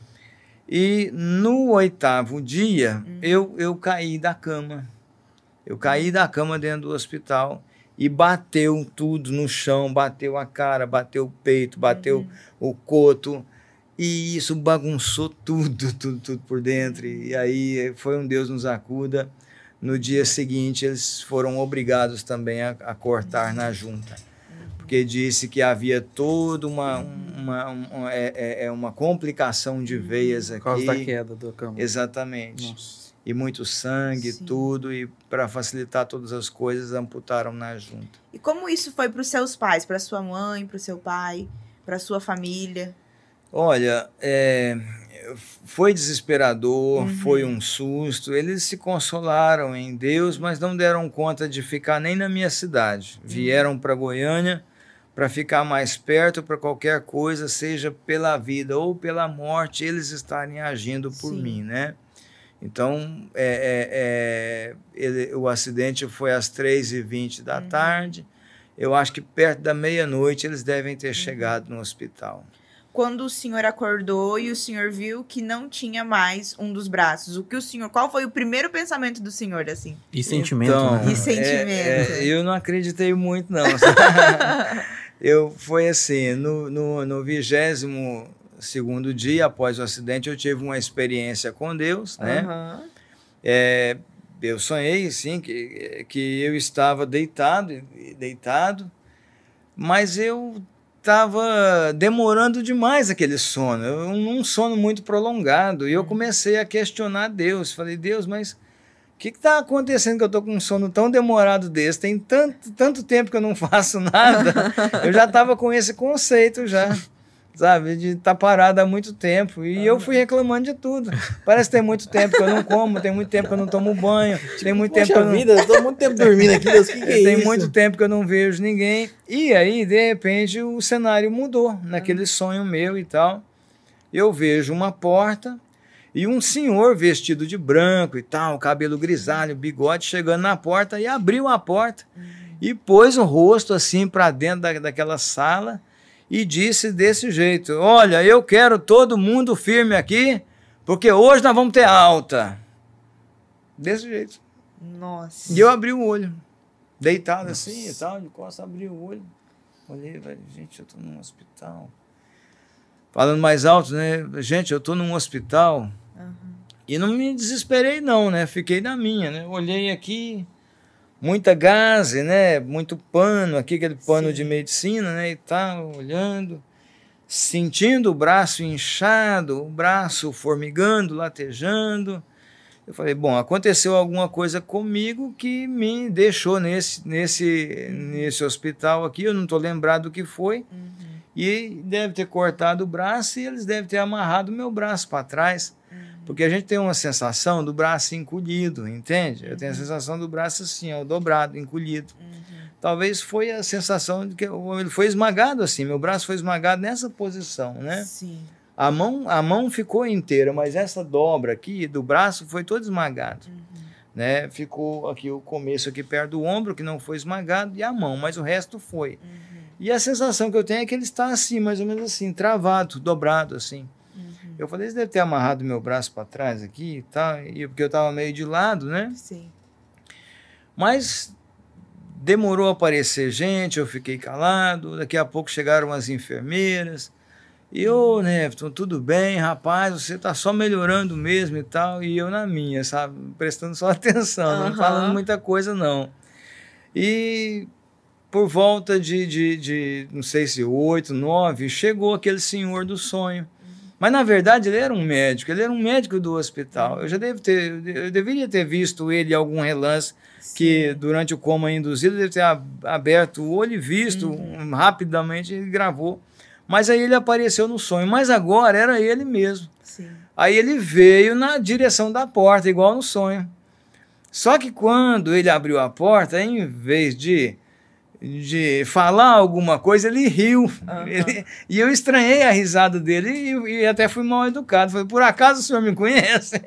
E no oitavo dia, uhum. eu, eu caí da cama. Eu caí da cama dentro do hospital e bateu tudo no chão, bateu a cara, bateu o peito, bateu uhum. o coto. E isso bagunçou tudo, tudo, tudo por dentro. E aí foi um Deus nos acuda. No dia seguinte, eles foram obrigados também a, a cortar na junta. Porque disse que havia toda uma, uma, uma, é, é uma complicação de veias aqui. Por causa da queda do câmbio. Exatamente. Nossa. E muito sangue, Sim. tudo. E para facilitar todas as coisas, amputaram na junta. E como isso foi para os seus pais? Para sua mãe, para o seu pai, para sua família? Olha, é, foi desesperador, uhum. foi um susto. Eles se consolaram em Deus, mas não deram conta de ficar nem na minha cidade. Vieram para Goiânia para ficar mais perto, para qualquer coisa, seja pela vida ou pela morte, eles estarem agindo por Sim. mim, né? Então, é, é, é, ele, o acidente foi às três e vinte da uhum. tarde. Eu acho que perto da meia-noite eles devem ter uhum. chegado no hospital. quando o senhor acordou e o senhor viu que não tinha mais um dos braços? O que o senhor, qual foi o primeiro pensamento do senhor, assim? E sentimento, então, né? E sentimento. É, é, eu não acreditei muito, não. eu Foi assim, no, no, no vigésimo segundo dia após o acidente, eu tive uma experiência com Deus, né? Uhum. É, eu sonhei, sim, que, que eu estava deitado, deitado, mas eu estava demorando demais aquele sono, eu, um sono muito prolongado, e eu comecei a questionar Deus. Falei, Deus, mas o que está acontecendo que eu estou com um sono tão demorado desse? Tem tanto, tanto tempo que eu não faço nada. Eu já estava com esse conceito já, sabe, de estar tá parado há muito tempo, e eu fui reclamando de tudo. Parece que tem muito tempo que eu não como, tem muito tempo que eu não tomo banho, tem muito Poxa tempo que eu não... vida, eu tô muito tempo dormindo aqui, Deus, que que é tem isso? muito tempo que eu não vejo ninguém. E aí, de repente, o cenário mudou naquele sonho meu e tal. Eu vejo uma porta e um senhor vestido de branco e tal, cabelo grisalho, bigode, chegando na porta, e abriu a porta e pôs o rosto assim para dentro da, daquela sala e disse desse jeito: olha, eu quero todo mundo firme aqui, porque hoje nós vamos ter alta. Desse jeito. Nossa. E eu abri o olho, deitado Nossa. assim e tal, de costas, abri o olho. Olhei, velho, gente, eu tô num hospital. Falando mais alto, né? Gente, eu tô num hospital. Uhum. E não me desesperei não, né? Fiquei na minha, né? Olhei aqui, muita gaze, né? Muito pano, aqui aquele pano Sim. de medicina, né? E tal, olhando, sentindo o braço inchado, o braço formigando, latejando. Eu falei, bom, aconteceu alguma coisa comigo que me deixou nesse, nesse, uhum. nesse hospital aqui, eu não estou lembrado do que foi, uhum. e deve ter cortado o braço e eles devem ter amarrado o meu braço para trás, uhum. porque a gente tem uma sensação do braço encolhido, entende? Uhum. Eu tenho a sensação do braço assim, ó, dobrado, encolhido. Uhum. Talvez foi a sensação de que ele foi esmagado assim, meu braço foi esmagado nessa posição, né? Sim. A mão, a mão ficou inteira, mas essa dobra aqui do braço foi todo esmagado. Uhum. Né? Ficou aqui o começo aqui perto do ombro, que não foi esmagado, e a mão, mas o resto foi. Uhum. E a sensação que eu tenho é que ele está assim, mais ou menos assim, travado, dobrado assim. Uhum. Eu falei, eles devem ter amarrado meu braço para trás aqui e tal, e, porque eu estava meio de lado, né? Sim. Mas demorou a aparecer gente, eu fiquei calado, daqui a pouco chegaram as enfermeiras. E ô, Nefton, tudo bem, rapaz, você tá só melhorando mesmo e tal, e eu na minha, sabe, prestando só atenção, uhum. não falando muita coisa não. E por volta de, de, de não sei se oito, nove, chegou aquele senhor do sonho. Uhum. Mas na verdade ele era um médico, ele era um médico do hospital. Eu já devo ter, eu deveria ter visto ele em algum relance, Sim. que durante o coma induzido ele deve ter aberto o olho e visto, uhum. rapidamente ele gravou. Mas aí ele apareceu no sonho, mas agora era ele mesmo. Sim. Aí ele veio na direção da porta, igual no sonho. Só que quando ele abriu a porta, em vez de, de falar alguma coisa, ele riu. Uhum. Ele, e eu estranhei a risada dele e, e até fui mal educado. Falei, por acaso o senhor me conhece?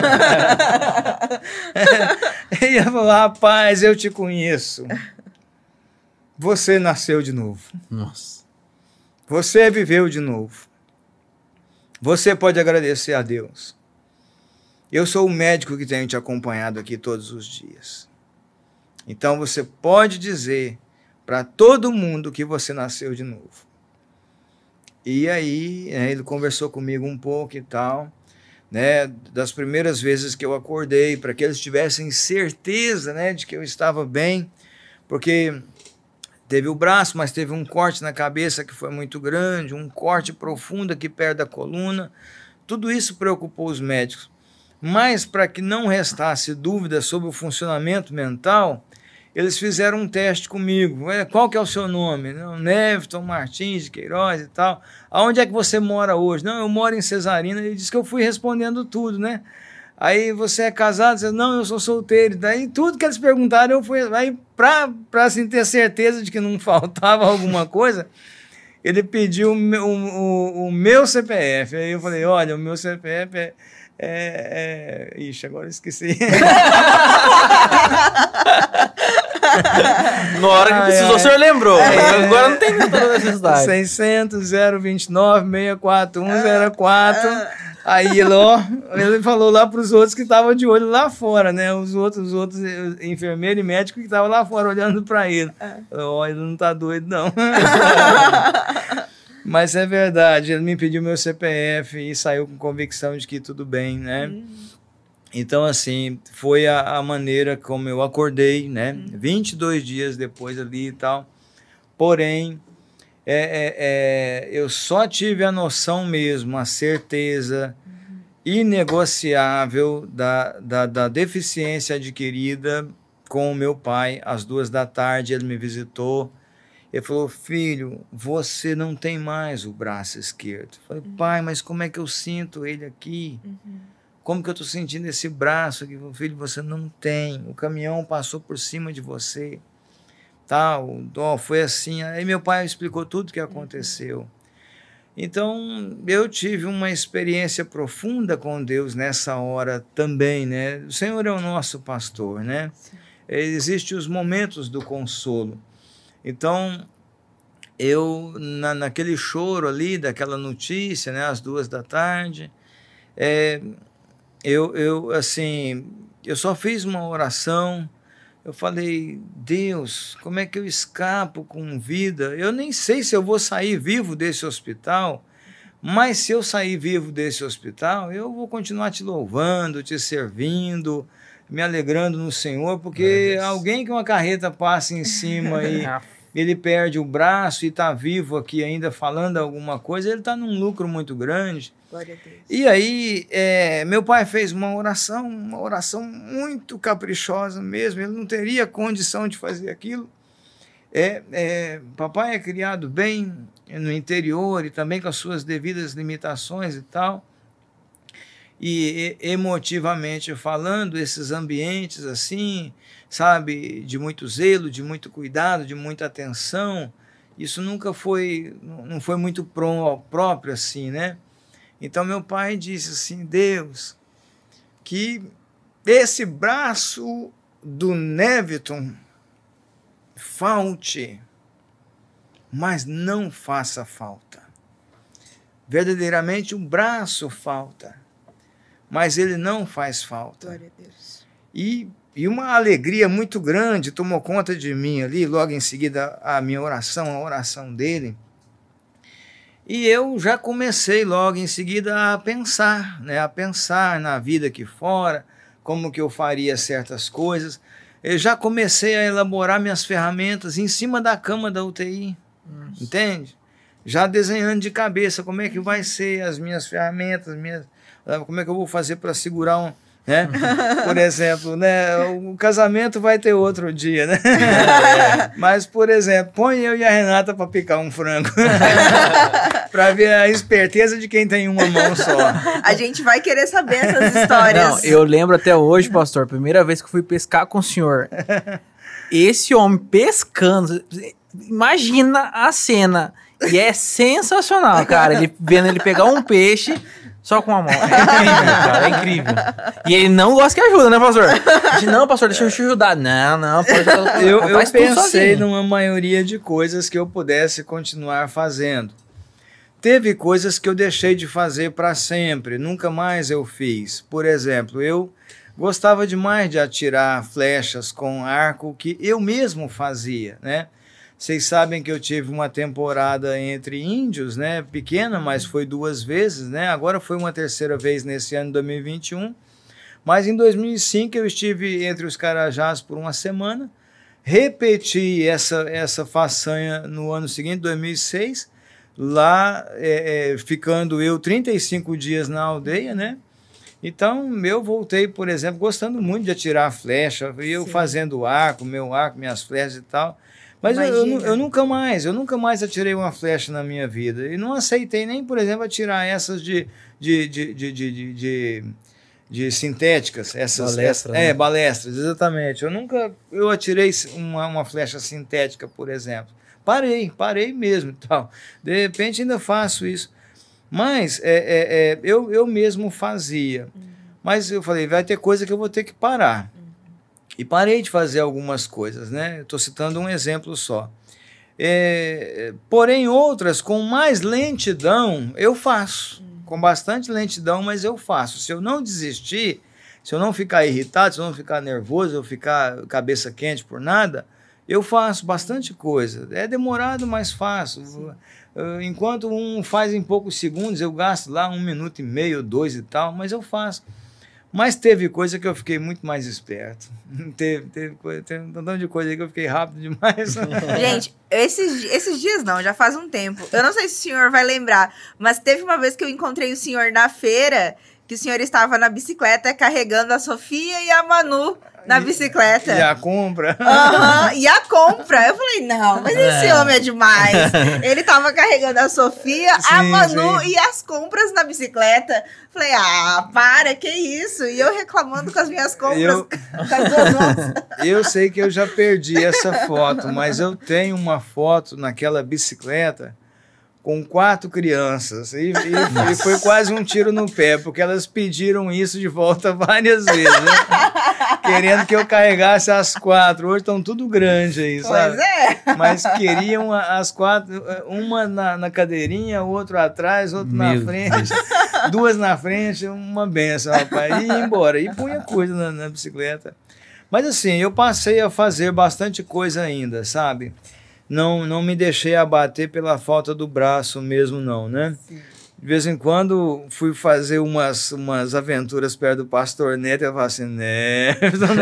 E ele falou, rapaz, eu te conheço. Você nasceu de novo. Nossa. Você viveu de novo. Você pode agradecer a Deus. Eu sou o médico que tenho te acompanhado aqui todos os dias. Então você pode dizer para todo mundo que você nasceu de novo. E aí, né, ele conversou comigo um pouco e tal, né, das primeiras vezes que eu acordei, para que eles tivessem certeza, né, de que eu estava bem, porque teve o braço, mas teve um corte na cabeça que foi muito grande, um corte profundo aqui perto da coluna. Tudo isso preocupou os médicos. Mas, para que não restasse dúvida sobre o funcionamento mental, eles fizeram um teste comigo. Qual que é o seu nome? Não, Nefton Martins de Queiroz e tal. Aonde é que você mora hoje? Não, eu moro em Cesarina. Ele disse que eu fui respondendo tudo, né? Aí, você é casado? Você, não, eu sou solteiro. Daí, tudo que eles perguntaram, eu fui... Aí, para assim, ter certeza de que não faltava alguma coisa, ele pediu o meu, o, o meu C P F. Aí eu falei, olha, o meu C P F é... é, é... Ixi, agora eu esqueci. Na hora que Ah, precisou, é. o senhor lembrou. É. Agora não tem toda necessidade. seiscentos, zero vinte e nove, seis quatro um zero quatro. Aí ele, ó, ele falou lá para os outros que estavam de olho lá fora, né? Os outros, os outros enfermeiros e médicos que estavam lá fora olhando para ele. Ó, ele não tá doido, não. Mas é verdade, ele me pediu meu C P F e saiu com convicção de que tudo bem, né? Hum. Então, assim, foi a, a maneira como eu acordei, né? Hum. vinte e dois dias depois ali e tal. Porém, é, é, é, eu só tive a noção mesmo, a certeza uhum. inegociável da, da, da deficiência adquirida com o meu pai. Às duas da tarde ele me visitou. Ele falou, filho, você não tem mais o braço esquerdo. Eu falei, uhum. pai, mas como é que eu sinto ele aqui? Uhum. Como que eu estou sentindo esse braço aqui? Filho, você não tem. O caminhão passou por cima de você. Tal, ó, foi assim. Aí meu pai explicou tudo o que aconteceu. Uhum. Então, eu tive uma experiência profunda com Deus nessa hora também, né? O Senhor é o nosso pastor, né? Existem os momentos do consolo. Então, eu, na, naquele choro ali, daquela notícia, né, às duas da tarde, é, eu, eu, assim, eu só fiz uma oração, eu falei, Deus, como é que eu escapo com vida? Eu nem sei se eu vou sair vivo desse hospital, mas se eu sair vivo desse hospital, eu vou continuar te louvando, te servindo, me alegrando no Senhor, porque é alguém que uma carreta passa em cima e ele perde o braço e está vivo aqui ainda falando alguma coisa, ele está num lucro muito grande. Glória a Deus. E aí, é, meu pai fez uma oração, uma oração muito caprichosa mesmo, ele não teria condição de fazer aquilo. É, é, papai é criado bem no interior e também com as suas devidas limitações e tal. E emotivamente falando, esses ambientes assim, sabe, de muito zelo, de muito cuidado, de muita atenção, isso nunca foi, não foi muito pró próprio assim, né? Então meu pai disse assim, Deus, que esse braço do Neviton falte, mas não faça falta. Verdadeiramente o braço falta, mas ele não faz falta. Glória a Deus. E, e uma alegria muito grande tomou conta de mim ali, logo em seguida a minha oração, a oração dele. E eu já comecei logo em seguida a pensar, né, a pensar na vida aqui fora, como que eu faria certas coisas. Eu já comecei a elaborar minhas ferramentas em cima da cama da U T I, Nossa. Entende? Já desenhando de cabeça como é que vai ser as minhas ferramentas, minhas... como é que eu vou fazer para segurar um, né? Por exemplo, né? O casamento vai ter outro dia, né? É. Mas, por exemplo, põe eu e a Renata para picar um frango, para ver a esperteza de quem tem uma mão só. A gente vai querer saber essas histórias. Não, eu lembro até hoje, pastor, primeira vez que eu fui pescar com o senhor, esse homem pescando, imagina a cena, e é sensacional, cara, ele vendo ele pegar um peixe só com a mão. É incrível, cara, é incrível. E ele não gosta que ajuda, né, pastor? Diz, não, pastor, deixa eu te ajudar. Não, não, pode ajudar. Eu, eu pensei numa maioria de coisas que eu pudesse continuar fazendo. Teve coisas que eu deixei de fazer para sempre, nunca mais eu fiz. Por exemplo, eu gostava demais de atirar flechas com arco que eu mesmo fazia, né? Vocês sabem que eu tive uma temporada entre índios, né? Pequena, mas foi duas vezes, né? Agora foi uma terceira vez nesse ano de dois mil e vinte e um. Mas em dois mil e cinco eu estive entre os Carajás por uma semana. Repeti essa, essa façanha no ano seguinte, dois mil e seis. Lá, é, é, ficando eu trinta e cinco dias na aldeia, né? Então, eu voltei, por exemplo, gostando muito de atirar flecha. Eu Sim. fazendo arco, meu arco, minhas flechas e tal. Mas eu, eu, eu nunca mais, eu nunca mais atirei uma flecha na minha vida. E não aceitei nem, por exemplo, atirar essas de, de, de, de, de, de, de, de sintéticas. Essas, balestra, essa, né? É, balestras, exatamente. Eu nunca eu atirei uma, uma flecha sintética, por exemplo. Parei, parei mesmo. Tal. De repente ainda faço isso. Mas é, é, é, eu, eu mesmo fazia. Uhum. Mas eu falei, vai ter coisa que eu vou ter que parar. Uhum. E parei de fazer algumas coisas, né? Estou citando um exemplo só. É, porém, outras com mais lentidão eu faço. Com bastante lentidão, mas eu faço. Se eu não desistir, se eu não ficar irritado, se eu não ficar nervoso, eu ficar cabeça quente por nada, eu faço bastante coisa. É demorado, mas faço. Sim. Enquanto um faz em poucos segundos, eu gasto lá um minuto e meio, dois e tal, mas eu faço. Mas teve coisa que eu fiquei muito mais esperto. Teve, teve, coisa, teve um montão de coisa aí que eu fiquei rápido demais. Gente, esses, esses dias não, já faz um tempo. Eu não sei se o senhor vai lembrar, mas teve uma vez que eu encontrei o senhor na feira, que o senhor estava na bicicleta carregando a Sofia e a Manu na bicicleta. E a compra. Uhum, e a compra. Eu falei, não, mas esse é. homem é demais. Ele tava carregando a Sofia, sim, a Manu sim. e as compras na bicicleta. Falei, ah, para, que isso? E eu reclamando com as minhas compras, eu, com as duas mãos. Eu sei que eu já perdi essa foto, mas eu tenho uma foto naquela bicicleta com quatro crianças, e, e, e foi quase um tiro no pé, porque elas pediram isso de volta várias vezes, né? Querendo que eu carregasse as quatro. Hoje estão tudo grande aí, sabe? Pois é. Mas queriam as quatro, uma na, na cadeirinha, outro atrás, outro Meu na frente, Deus. duas na frente, uma benção, rapaz, e ia embora, e punha coisa na, na bicicleta. Mas assim, eu passei a fazer bastante coisa ainda, sabe? Não, não me deixei abater pela falta do braço mesmo, não, né? Sim. De vez em quando fui fazer umas, umas aventuras perto do Pastor Neto e eu falo assim, né?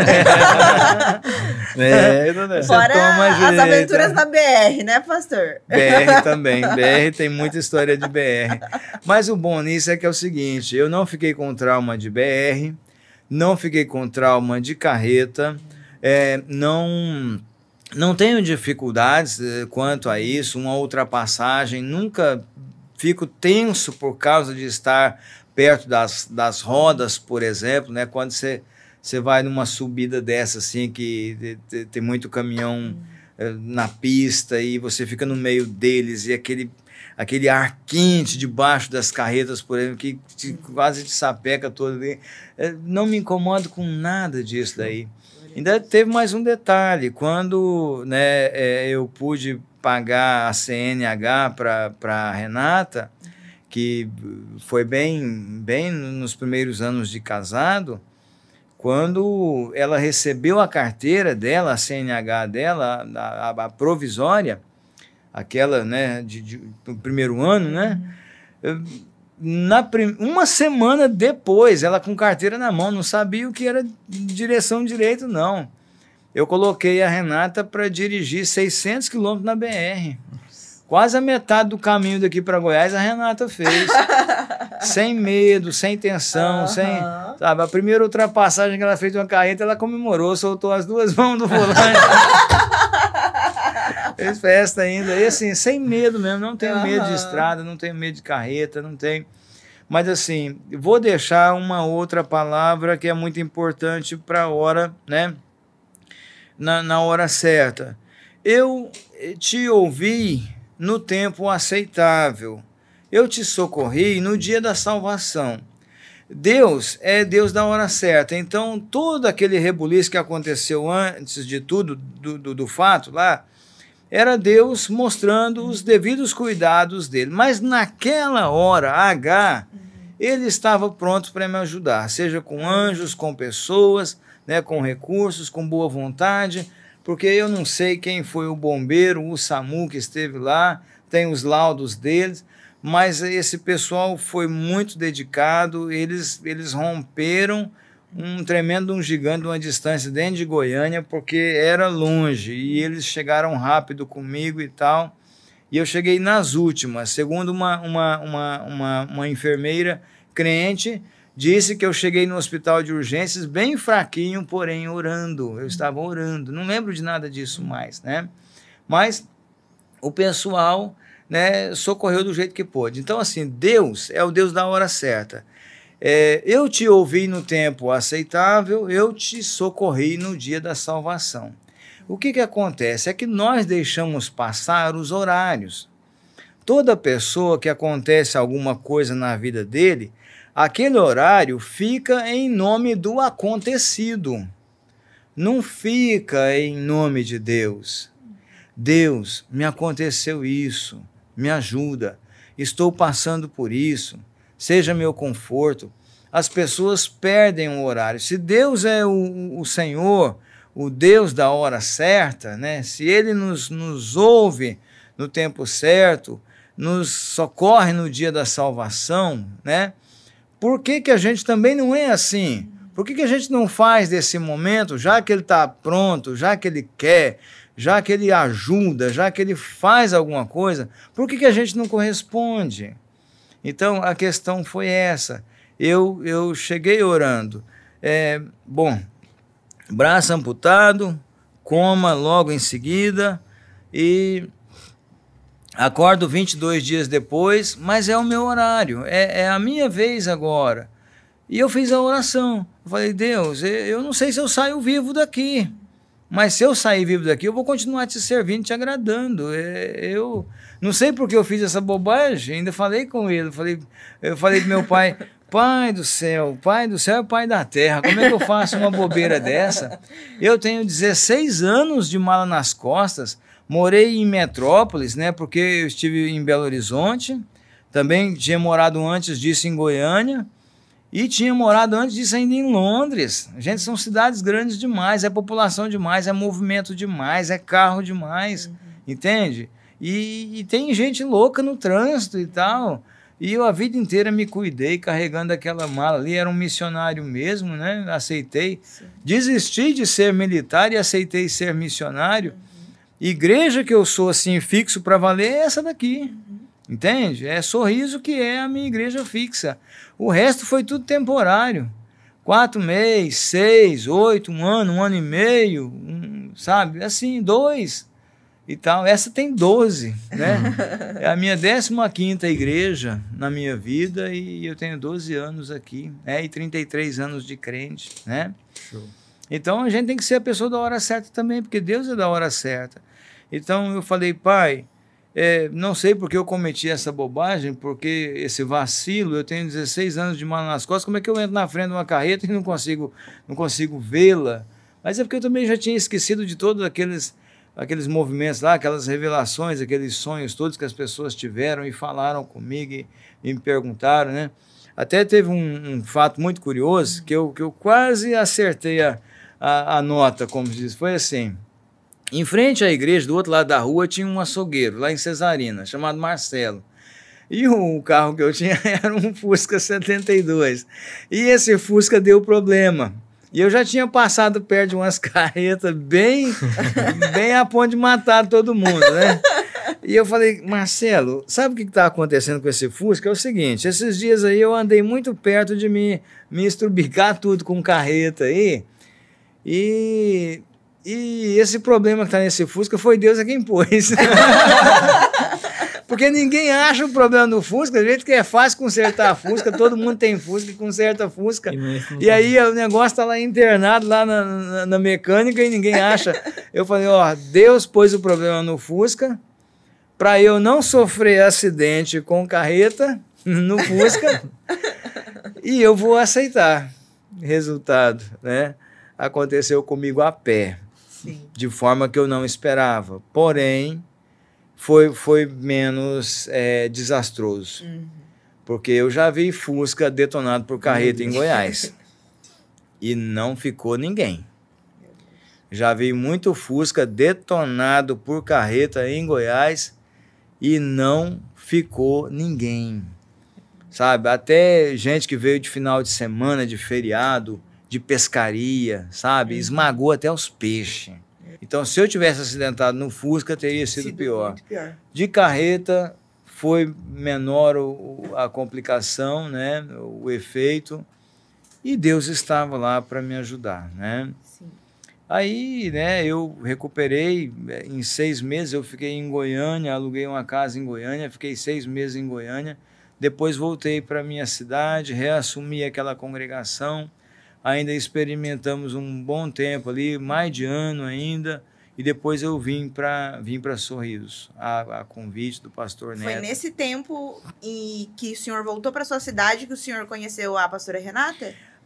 né? né? Fora as direita. Aventuras na B R, né, pastor? B R também. B R tem muita história de B R. Mas o bom nisso é que é o seguinte, eu não fiquei com trauma de B R, não fiquei com trauma de carreta, é, não... Não tenho dificuldades eh, quanto a isso, uma ultrapassagem, nunca fico tenso por causa de estar perto das, das rodas, por exemplo, né? Quando você, você vai numa subida dessa, assim, que de, de, tem muito caminhão eh, na pista e você fica no meio deles e aquele, aquele ar quente debaixo das carretas, por exemplo, que te, quase te sapeca todo ali. Eh, não me incomodo com nada disso daí. Ainda teve mais um detalhe, quando né, é, eu pude pagar a C N H para a Renata, que foi bem, bem nos primeiros anos de casado, quando ela recebeu a carteira dela, a C N H dela, a, a, a provisória, aquela né, de, de, do primeiro ano, né? Eu, Na prim... Uma semana depois, ela com carteira na mão, não sabia o que era direção direito, não. Eu coloquei a Renata para dirigir seiscentos quilômetros na B R. Quase a metade do caminho daqui para Goiás a Renata fez. Sem medo, sem tensão, uh-huh. sem... Sabe, a primeira ultrapassagem que ela fez de uma carreta, ela comemorou, soltou as duas mãos do volante. Fez festa ainda, e assim, sem medo mesmo, não tenho uhum. medo de estrada, não tenho medo de carreta, não tenho... Mas assim, vou deixar uma outra palavra que é muito importante para a hora, né? Na, na hora certa. Eu te ouvi no tempo aceitável, eu te socorri no dia da salvação. Deus é Deus da hora certa, então todo aquele rebuliço que aconteceu antes de tudo, do, do, do fato lá, era Deus mostrando os devidos cuidados dele. Mas naquela hora, H, ele estava pronto para me ajudar, seja com anjos, com pessoas, né, com recursos, com boa vontade, porque eu não sei quem foi o bombeiro, o SAMU que esteve lá, tem os laudos deles, mas esse pessoal foi muito dedicado, eles, eles romperam um tremendo um gigante de uma distância dentro de Goiânia, porque era longe, e eles chegaram rápido comigo e tal, e eu cheguei nas últimas, segundo uma, uma, uma, uma, uma enfermeira crente, disse que eu cheguei no hospital de urgências bem fraquinho, porém orando, eu estava orando, não lembro de nada disso mais, né? Mas o pessoal, né, socorreu do jeito que pôde. Então assim, Deus é o Deus da hora certa. É, eu te ouvi no tempo aceitável, eu te socorri no dia da salvação. O que que acontece? É que nós deixamos passar os horários. Toda pessoa que acontece alguma coisa na vida dele, aquele horário fica em nome do acontecido. não fica em nome de Deus. Deus, me aconteceu isso, me ajuda, estou passando por isso, seja meu conforto. As pessoas perdem o horário. Se Deus é o, o Senhor, o Deus da hora certa, né? Se Ele nos, nos ouve no tempo certo, nos socorre no dia da salvação, né? Por que que a gente também não é assim? Por que que a gente não faz desse momento, já que Ele está pronto, já que Ele quer, já que Ele ajuda, já que Ele faz alguma coisa, por que que a gente não corresponde? Então, a questão foi essa. Eu, eu cheguei orando. É, bom, braço amputado, coma logo em seguida, e acordo vinte e dois dias depois, mas é o meu horário, é, é a minha vez agora. E eu fiz a oração. Eu falei, Deus, eu não sei se eu saio vivo daqui, mas se eu sair vivo daqui, eu vou continuar te servindo, te agradando. Eu não sei porque eu fiz essa bobagem, ainda falei com ele, eu falei, eu falei pro meu pai, pai do céu, pai do céu é pai da terra, como é que eu faço uma bobeira dessa? Eu tenho dezesseis anos de mala nas costas, morei em Metrópolis, né, porque eu estive em Belo Horizonte, também tinha morado antes disso em Goiânia, e tinha morado antes disso ainda em Londres. Gente, são cidades grandes demais, é população demais, é movimento demais, é carro demais, uhum. Entende? E, e tem gente louca no trânsito e tal. E eu a vida inteira me cuidei, carregando aquela mala ali, era um missionário mesmo, né? Aceitei. Sim. Desisti de ser militar e aceitei ser missionário. Uhum. Igreja que eu sou assim, fixo para valer, é essa daqui. Uhum. Entende? É Sorriso que é a minha igreja fixa. O resto foi tudo temporário. Quatro meses, seis, oito, um ano, um ano e meio, um, sabe? Assim, dois e tal. Essa tem doze, né? É a minha décima quinta igreja na minha vida e eu tenho doze anos aqui, né? E trinta e três anos de crente, né? Show. Então a gente tem que ser a pessoa da hora certa também, porque Deus é da hora certa. Então eu falei, pai, É, não sei porque eu cometi essa bobagem, porque esse vacilo, eu tenho dezesseis anos de mala nas costas, como é que eu entro na frente de uma carreta e não consigo, não consigo vê-la? Mas é porque eu também já tinha esquecido de todos aqueles, aqueles movimentos lá, aquelas revelações, aqueles sonhos todos que as pessoas tiveram e falaram comigo e, e me perguntaram, né? Até teve um, um fato muito curioso, que eu, que eu quase acertei a, a, a nota, como se diz, foi assim... Em frente à igreja, do outro lado da rua, tinha um açougueiro, lá em Cesarina, chamado Marcelo. E o carro que eu tinha era um Fusca setenta e dois. E esse Fusca deu problema. E eu já tinha passado perto de umas carretas bem, bem a ponto de matar todo mundo, né? E eu falei, Marcelo, sabe o que está acontecendo com esse Fusca? É o seguinte, esses dias aí eu andei muito perto de me, me estrubicar tudo com carreta aí. E... E esse problema que está nesse Fusca foi Deus a quem pôs. Porque ninguém acha o problema do Fusca, do jeito que é fácil consertar a Fusca, todo mundo tem Fusca e conserta a Fusca. E, e aí o negócio está lá internado, lá na, na, na mecânica e ninguém acha. Eu falei, ó, Deus pôs o problema no Fusca para eu não sofrer acidente com carreta no Fusca e eu vou aceitar. Resultado, né? Aconteceu comigo a pé. Sim. De forma que eu não esperava. Porém, foi, foi menos é, desastroso. Uhum. Porque eu já vi Fusca detonado por carreta em Goiás. E não ficou ninguém. Já vi muito Fusca detonado por carreta em Goiás e não ficou ninguém. Sabe? Até gente que veio de final de semana, de feriado, de pescaria, sabe? Esmagou até os peixes. Então, se eu tivesse acidentado no Fusca, teria sido, sido pior. pior. De carreta, foi menor o, a complicação, né? O efeito. E Deus estava lá para me ajudar, né? Sim. Aí, né, eu recuperei, em seis meses eu fiquei em Goiânia, aluguei uma casa em Goiânia, fiquei seis meses em Goiânia, depois voltei para minha cidade, reassumi aquela congregação, ainda experimentamos um bom tempo ali, mais de ano ainda, e depois eu vim para vim para Sorrisos, a, a convite do pastor Neto. Foi nesse tempo em que o senhor voltou para sua cidade que o senhor conheceu a pastora Renata?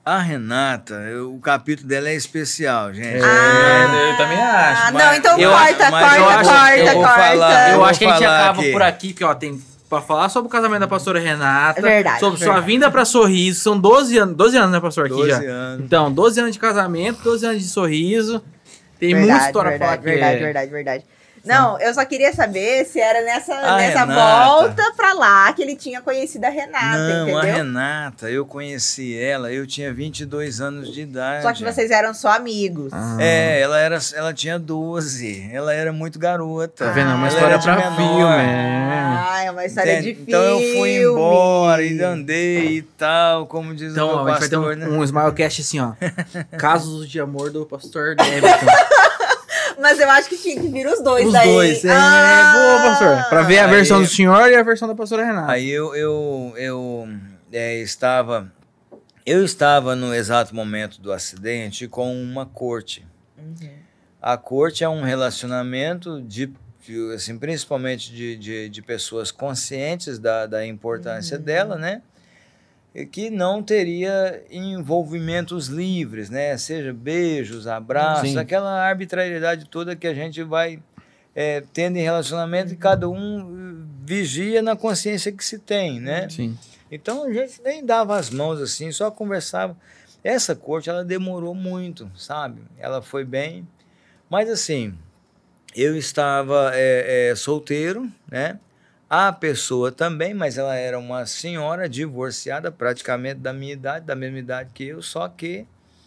A Renata, eu- o capítulo dela é especial, gente. Ah, eu, eu também acho. Ah, mas- não, então eu corta, acho- mas eu corta, acho- corta, eu vou corta. falar- Eu vou acho que a gente falar acaba aqui. por aqui, porque ó, tem pra falar sobre o casamento da pastora Renata, Verdade, sobre sua verdade. vinda pra Sorriso, são doze anos, doze anos, né, pastor, aqui já. doze anos. Então, doze anos de casamento, doze anos de Sorriso, tem Verdade, muita história verdade, pra falar verdade, que é... verdade, verdade. Não, eu só queria saber se era nessa, A nessa Renata. volta pra lá que ele tinha conhecido a Renata, Não, entendeu? a Renata, eu conheci ela, eu tinha vinte e dois anos de idade. Só que vocês eram só amigos. Ah. É, ela, era, ela tinha doze, ela era muito garota. Tá vendo? É uma Ah, história ela pra era de filme, menor. é. Ah, é uma história Entende? de filme. Então eu fui embora e andei e tal, como diz Então, o ó, meu a gente vai pastor, ter um, né? um Smilecast assim, ó. Casos de amor do pastor Deviton. Mas eu acho que tinha que vir os dois Os daí. dois, é, Ah! boa, pastor. Pra ver a Aí- versão do senhor e a versão da pastora Renata. Aí eu, eu, eu é, estava, eu estava no exato momento do acidente com uma corte. Uhum. A corte é um relacionamento de, de, assim, principalmente de, de, de pessoas conscientes da, da importância Uhum. dela, né? E que não teria envolvimentos livres, né? Seja beijos, abraços, Sim. aquela arbitrariedade toda que a gente vai é, tendo em relacionamento e cada um eh, vigia na consciência que se tem, né? Sim. Então a gente nem dava as mãos assim, só conversava. Essa corte, ela demorou muito, sabe? Ela foi bem, mas assim, eu estava é, é, solteiro, né? A pessoa também, mas ela era uma senhora divorciada, praticamente da minha idade, da mesma idade que eu, só que,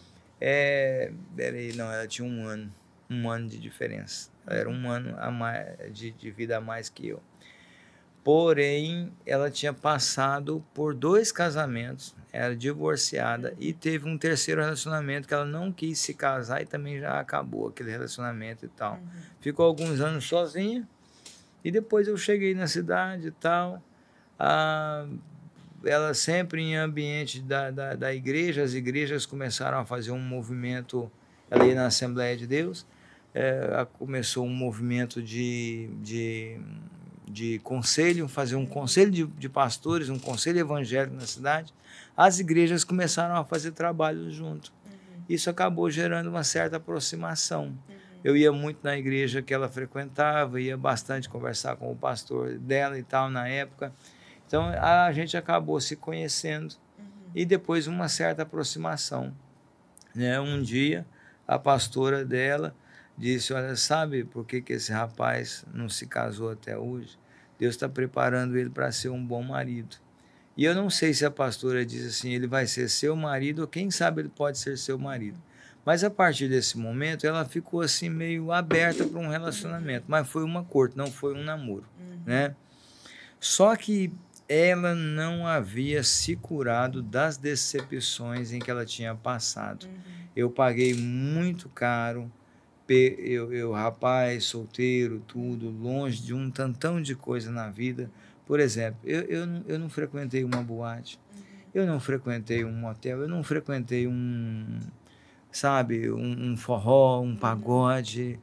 é, peraí, não, ela tinha um ano, um ano de diferença. Ela era um ano a mais, de, de vida a mais que eu. Porém, ela tinha passado por dois casamentos, era divorciada e teve um terceiro relacionamento que ela não quis se casar e também já acabou aquele relacionamento e tal. Uhum. Ficou alguns anos sozinha. E depois eu cheguei na cidade e tal, ah, ela sempre em ambiente da, da, da igreja, as igrejas começaram a fazer um movimento, ela ia na Assembleia de Deus, é, começou um movimento de, de, de conselho, fazer um conselho de, de pastores, um conselho evangélico na cidade, as igrejas começaram a fazer trabalho junto. Uhum. Isso acabou gerando uma certa aproximação. Eu ia muito na igreja que ela frequentava, ia bastante conversar com o pastor dela e tal na época. Então a gente acabou se conhecendo uhum. e depois uma certa aproximação. Né? Um dia a pastora dela disse, olha, sabe por que, que esse rapaz não se casou até hoje? Deus está preparando ele para ser um bom marido. E eu não sei se a pastora diz assim, ele vai ser seu marido ou quem sabe ele pode ser seu marido. Mas a partir desse momento, ela ficou assim meio aberta para um relacionamento. Mas foi uma corte, não foi um namoro. Uhum. Né? Só que ela não havia se curado das decepções em que ela tinha passado. Uhum. Eu paguei muito caro, eu, eu, rapaz, solteiro, tudo, longe de um tantão de coisa na vida. Por exemplo, eu, eu, não, eu não frequentei uma boate, uhum. eu não frequentei um motel, eu não frequentei um... sabe, um, um forró, um pagode,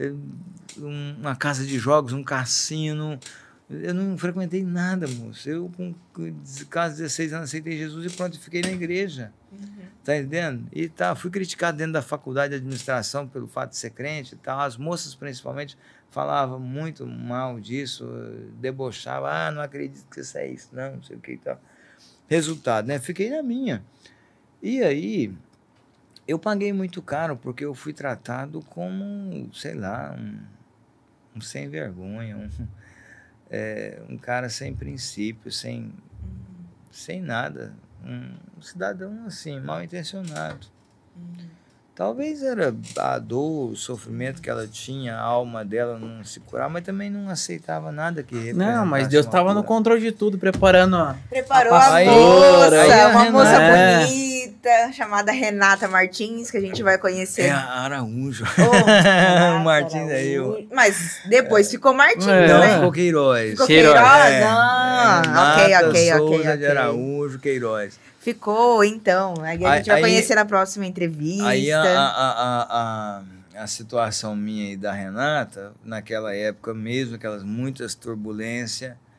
um, uma casa de jogos, um cassino. Eu não frequentei nada, moço. Eu, com quase dezesseis anos, aceitei Jesus e pronto, fiquei na igreja. Uhum. Tá entendendo? E tá, fui criticado dentro da faculdade de administração pelo fato de ser crente e tal. As moças, principalmente, falavam muito mal disso, debochavam. Ah, não acredito que isso é isso, não, não sei o que e tal. Resultado, né? Fiquei na minha. E aí... eu paguei muito caro porque eu fui tratado como, sei lá, um, um sem vergonha, um, é, um cara sem princípio, sem, sem nada, um cidadão assim, mal intencionado. Uhum. Talvez era a dor, o sofrimento que ela tinha, a alma dela não se curar, mas também não aceitava nada que representasse. Não, mas Deus estava no controle de tudo, preparando a Preparou a, a, a moça, aí a uma Renata, moça é. bonita, chamada Renata Martins, que a gente vai conhecer. É a Araújo. Oh, o Martins é eu. Mas depois é. ficou Martins, é. Não, né? ficou Queiroz. Ficou Queiroz. Queiroz? É, Ah, é, ok, Renata ok, Souza ok, de ok. Araújo, Queiroz. Ficou, então. Aí a gente Aí, vai conhecer na próxima entrevista. Aí a, a, a, a, a situação minha e da Renata, naquela época mesmo, aquelas muitas turbulências,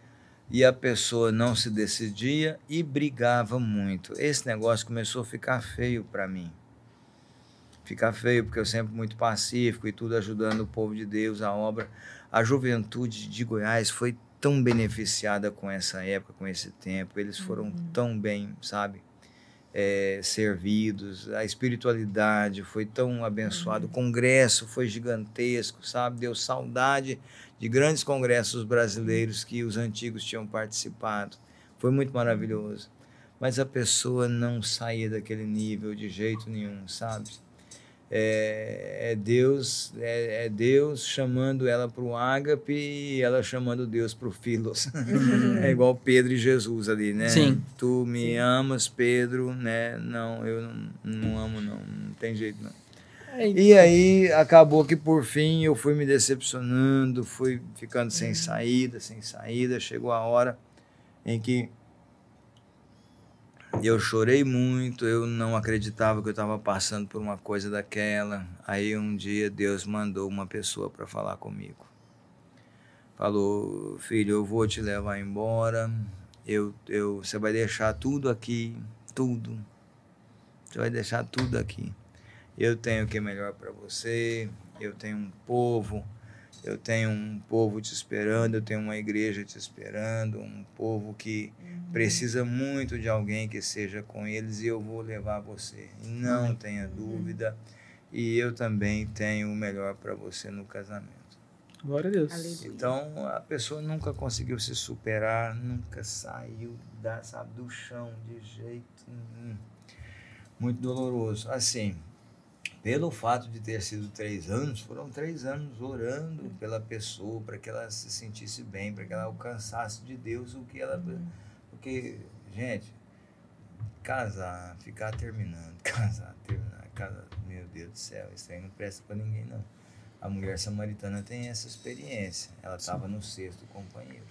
e a pessoa não se decidia e brigava muito. Esse negócio começou a ficar feio para mim. Ficar feio porque eu sempre muito pacífico e tudo ajudando o povo de Deus, a obra. A juventude de Goiás foi tão beneficiada com essa época, com esse tempo. Eles foram uhum. tão bem, sabe, é, servidos. A espiritualidade foi tão abençoada. Uhum. O congresso foi gigantesco, sabe? Deu saudade de grandes congressos brasileiros que os antigos tinham participado. Foi muito maravilhoso. Mas a pessoa não saía daquele nível de jeito nenhum, sabe? É, é, Deus, é, é Deus chamando ela para o ágape e ela chamando Deus para o filos. Uhum. É igual Pedro e Jesus ali, né? Sim. Tu me Sim. amas, Pedro, né? Não, eu não, não amo, não. Não tem jeito, não. É, então. E aí acabou que por fim eu fui me decepcionando, fui ficando sem uhum. saída, sem saída. Chegou a hora em que eu chorei muito, eu não acreditava que eu estava passando por uma coisa daquela. Aí um dia Deus mandou uma pessoa para falar comigo. Falou, filho, eu vou te levar embora, eu, eu, você vai deixar tudo aqui, tudo. Você vai deixar tudo aqui. Eu tenho o que é melhor para você, eu tenho um povo, eu tenho um povo te esperando, eu tenho uma igreja te esperando, um povo que uhum. precisa muito de alguém que seja com eles e eu vou levar você. Não uhum. tenha dúvida. E eu também tenho o melhor para você no casamento. Glória a Deus. Então, a pessoa nunca conseguiu se superar, nunca saiu da, sabe, do chão de jeito nenhum. Muito doloroso. Assim, pelo fato de ter sido três anos, foram três anos orando pela pessoa, para que ela se sentisse bem, para que ela alcançasse de Deus o que ela... Porque, gente, casar, ficar terminando, casar, terminar, casar, meu Deus do céu, isso aí não presta para ninguém, não. A mulher samaritana tem essa experiência, ela estava no sexto companheiro.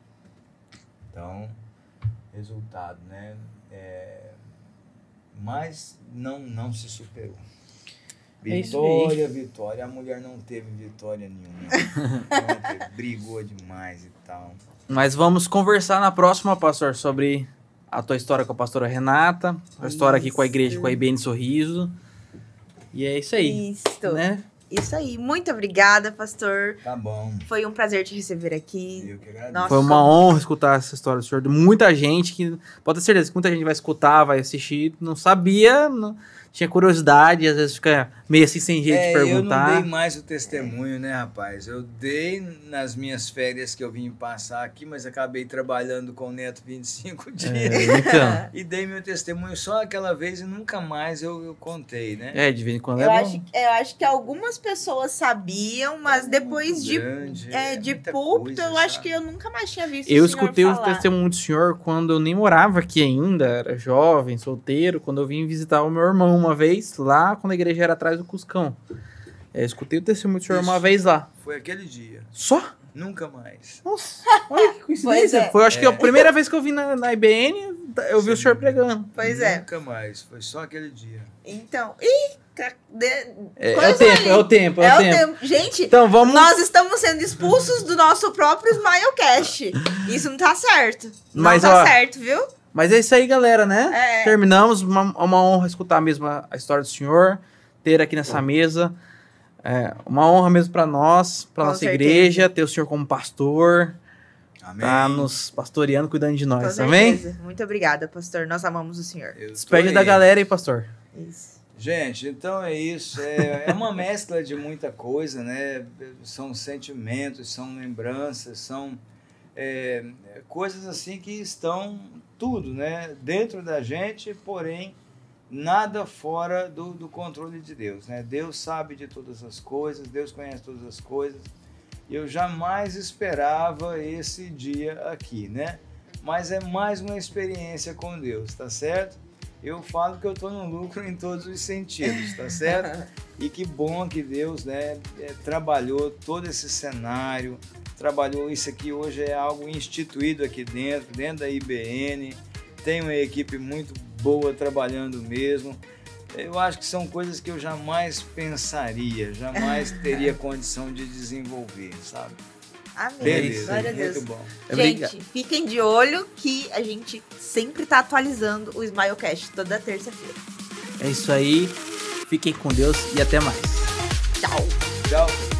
Então, resultado, né? É, mas não, não se superou. Vitória, é vitória. A mulher não teve vitória nenhuma. Não teve, brigou demais e tal. Mas vamos conversar na próxima, pastor, sobre a tua história com a pastora Renata, a história aqui com a igreja, com a I B N Sorriso. E é isso aí. Isso. Né? Isso aí. Muito obrigada, pastor. Tá bom. Foi um prazer te receber aqui. Eu que agradeço. Nossa, Foi uma honra escutar essa história do senhor. De muita gente que... Pode ter certeza que muita gente vai escutar, vai assistir, não sabia... Não... Tinha curiosidade, às vezes fica meio assim sem jeito é, de perguntar. Eu não dei mais o testemunho, né, rapaz? Eu dei nas minhas férias que eu vim passar aqui, mas acabei trabalhando com o Neto vinte e cinco dias. É, então. E dei meu testemunho só aquela vez e nunca mais eu, eu contei, né? É, de vez em quando eu é acho, eu acho que algumas pessoas sabiam, mas é depois de, grande, é, é de púlpito, eu sabe? Acho que eu nunca mais tinha visto eu o senhor escutei falar. O testemunho do senhor quando eu nem morava aqui ainda, era jovem, solteiro, quando eu vim visitar o meu irmão uma vez, lá quando a igreja era atrás do Cuscão. É, escutei o testemunho do senhor Isso. uma vez lá. Foi aquele dia. Só? Nunca mais. Nossa, olha que coincidência. É. Foi, acho é. que a primeira vez que eu vim na, na I B N, eu vi Sim. o senhor pregando. Pois é. Nunca mais, foi só aquele dia. Então, ih, de, é, é o tempo, é o tempo, é, é o tempo. tempo. Gente, então, vamos... nós estamos sendo expulsos do nosso próprio Smilecast. Isso não tá certo. Não Mas, tá ó, certo, viu? Mas é isso aí, galera, né? É. Terminamos. Uma, uma honra escutar mesmo a, a história do senhor, ter aqui nessa mesa. É uma honra mesmo para nós, para nossa certeza. igreja, ter o senhor como pastor. Amém. Tá nos pastoreando, cuidando de nós. Com Amém? certeza. Muito obrigada, pastor. Nós amamos o senhor. Despede da galera aí, pastor. Isso. Gente, então é isso. É, é uma mescla de muita coisa, né? São sentimentos, são lembranças, são é, coisas assim que estão tudo, né? Dentro da gente, porém, nada fora do, do controle de Deus, né? Deus sabe de todas as coisas, Deus conhece todas as coisas. Eu jamais esperava esse dia aqui, né? Mas é mais uma experiência com Deus, tá certo? Eu falo que eu estou no lucro em todos os sentidos, tá certo? E que bom que Deus, né, é, trabalhou todo esse cenário, trabalhou isso aqui, hoje é algo instituído aqui dentro, dentro da I B N, tem uma equipe muito boa trabalhando mesmo. Eu acho que são coisas que eu jamais pensaria, jamais teria condição de desenvolver, sabe? Amém. Beleza, Glória a Deus. muito bom. Gente, fiquem de olho que a gente sempre tá atualizando o Smilecast toda terça-feira. É isso aí. Fiquem com Deus e até mais. Tchau. Tchau.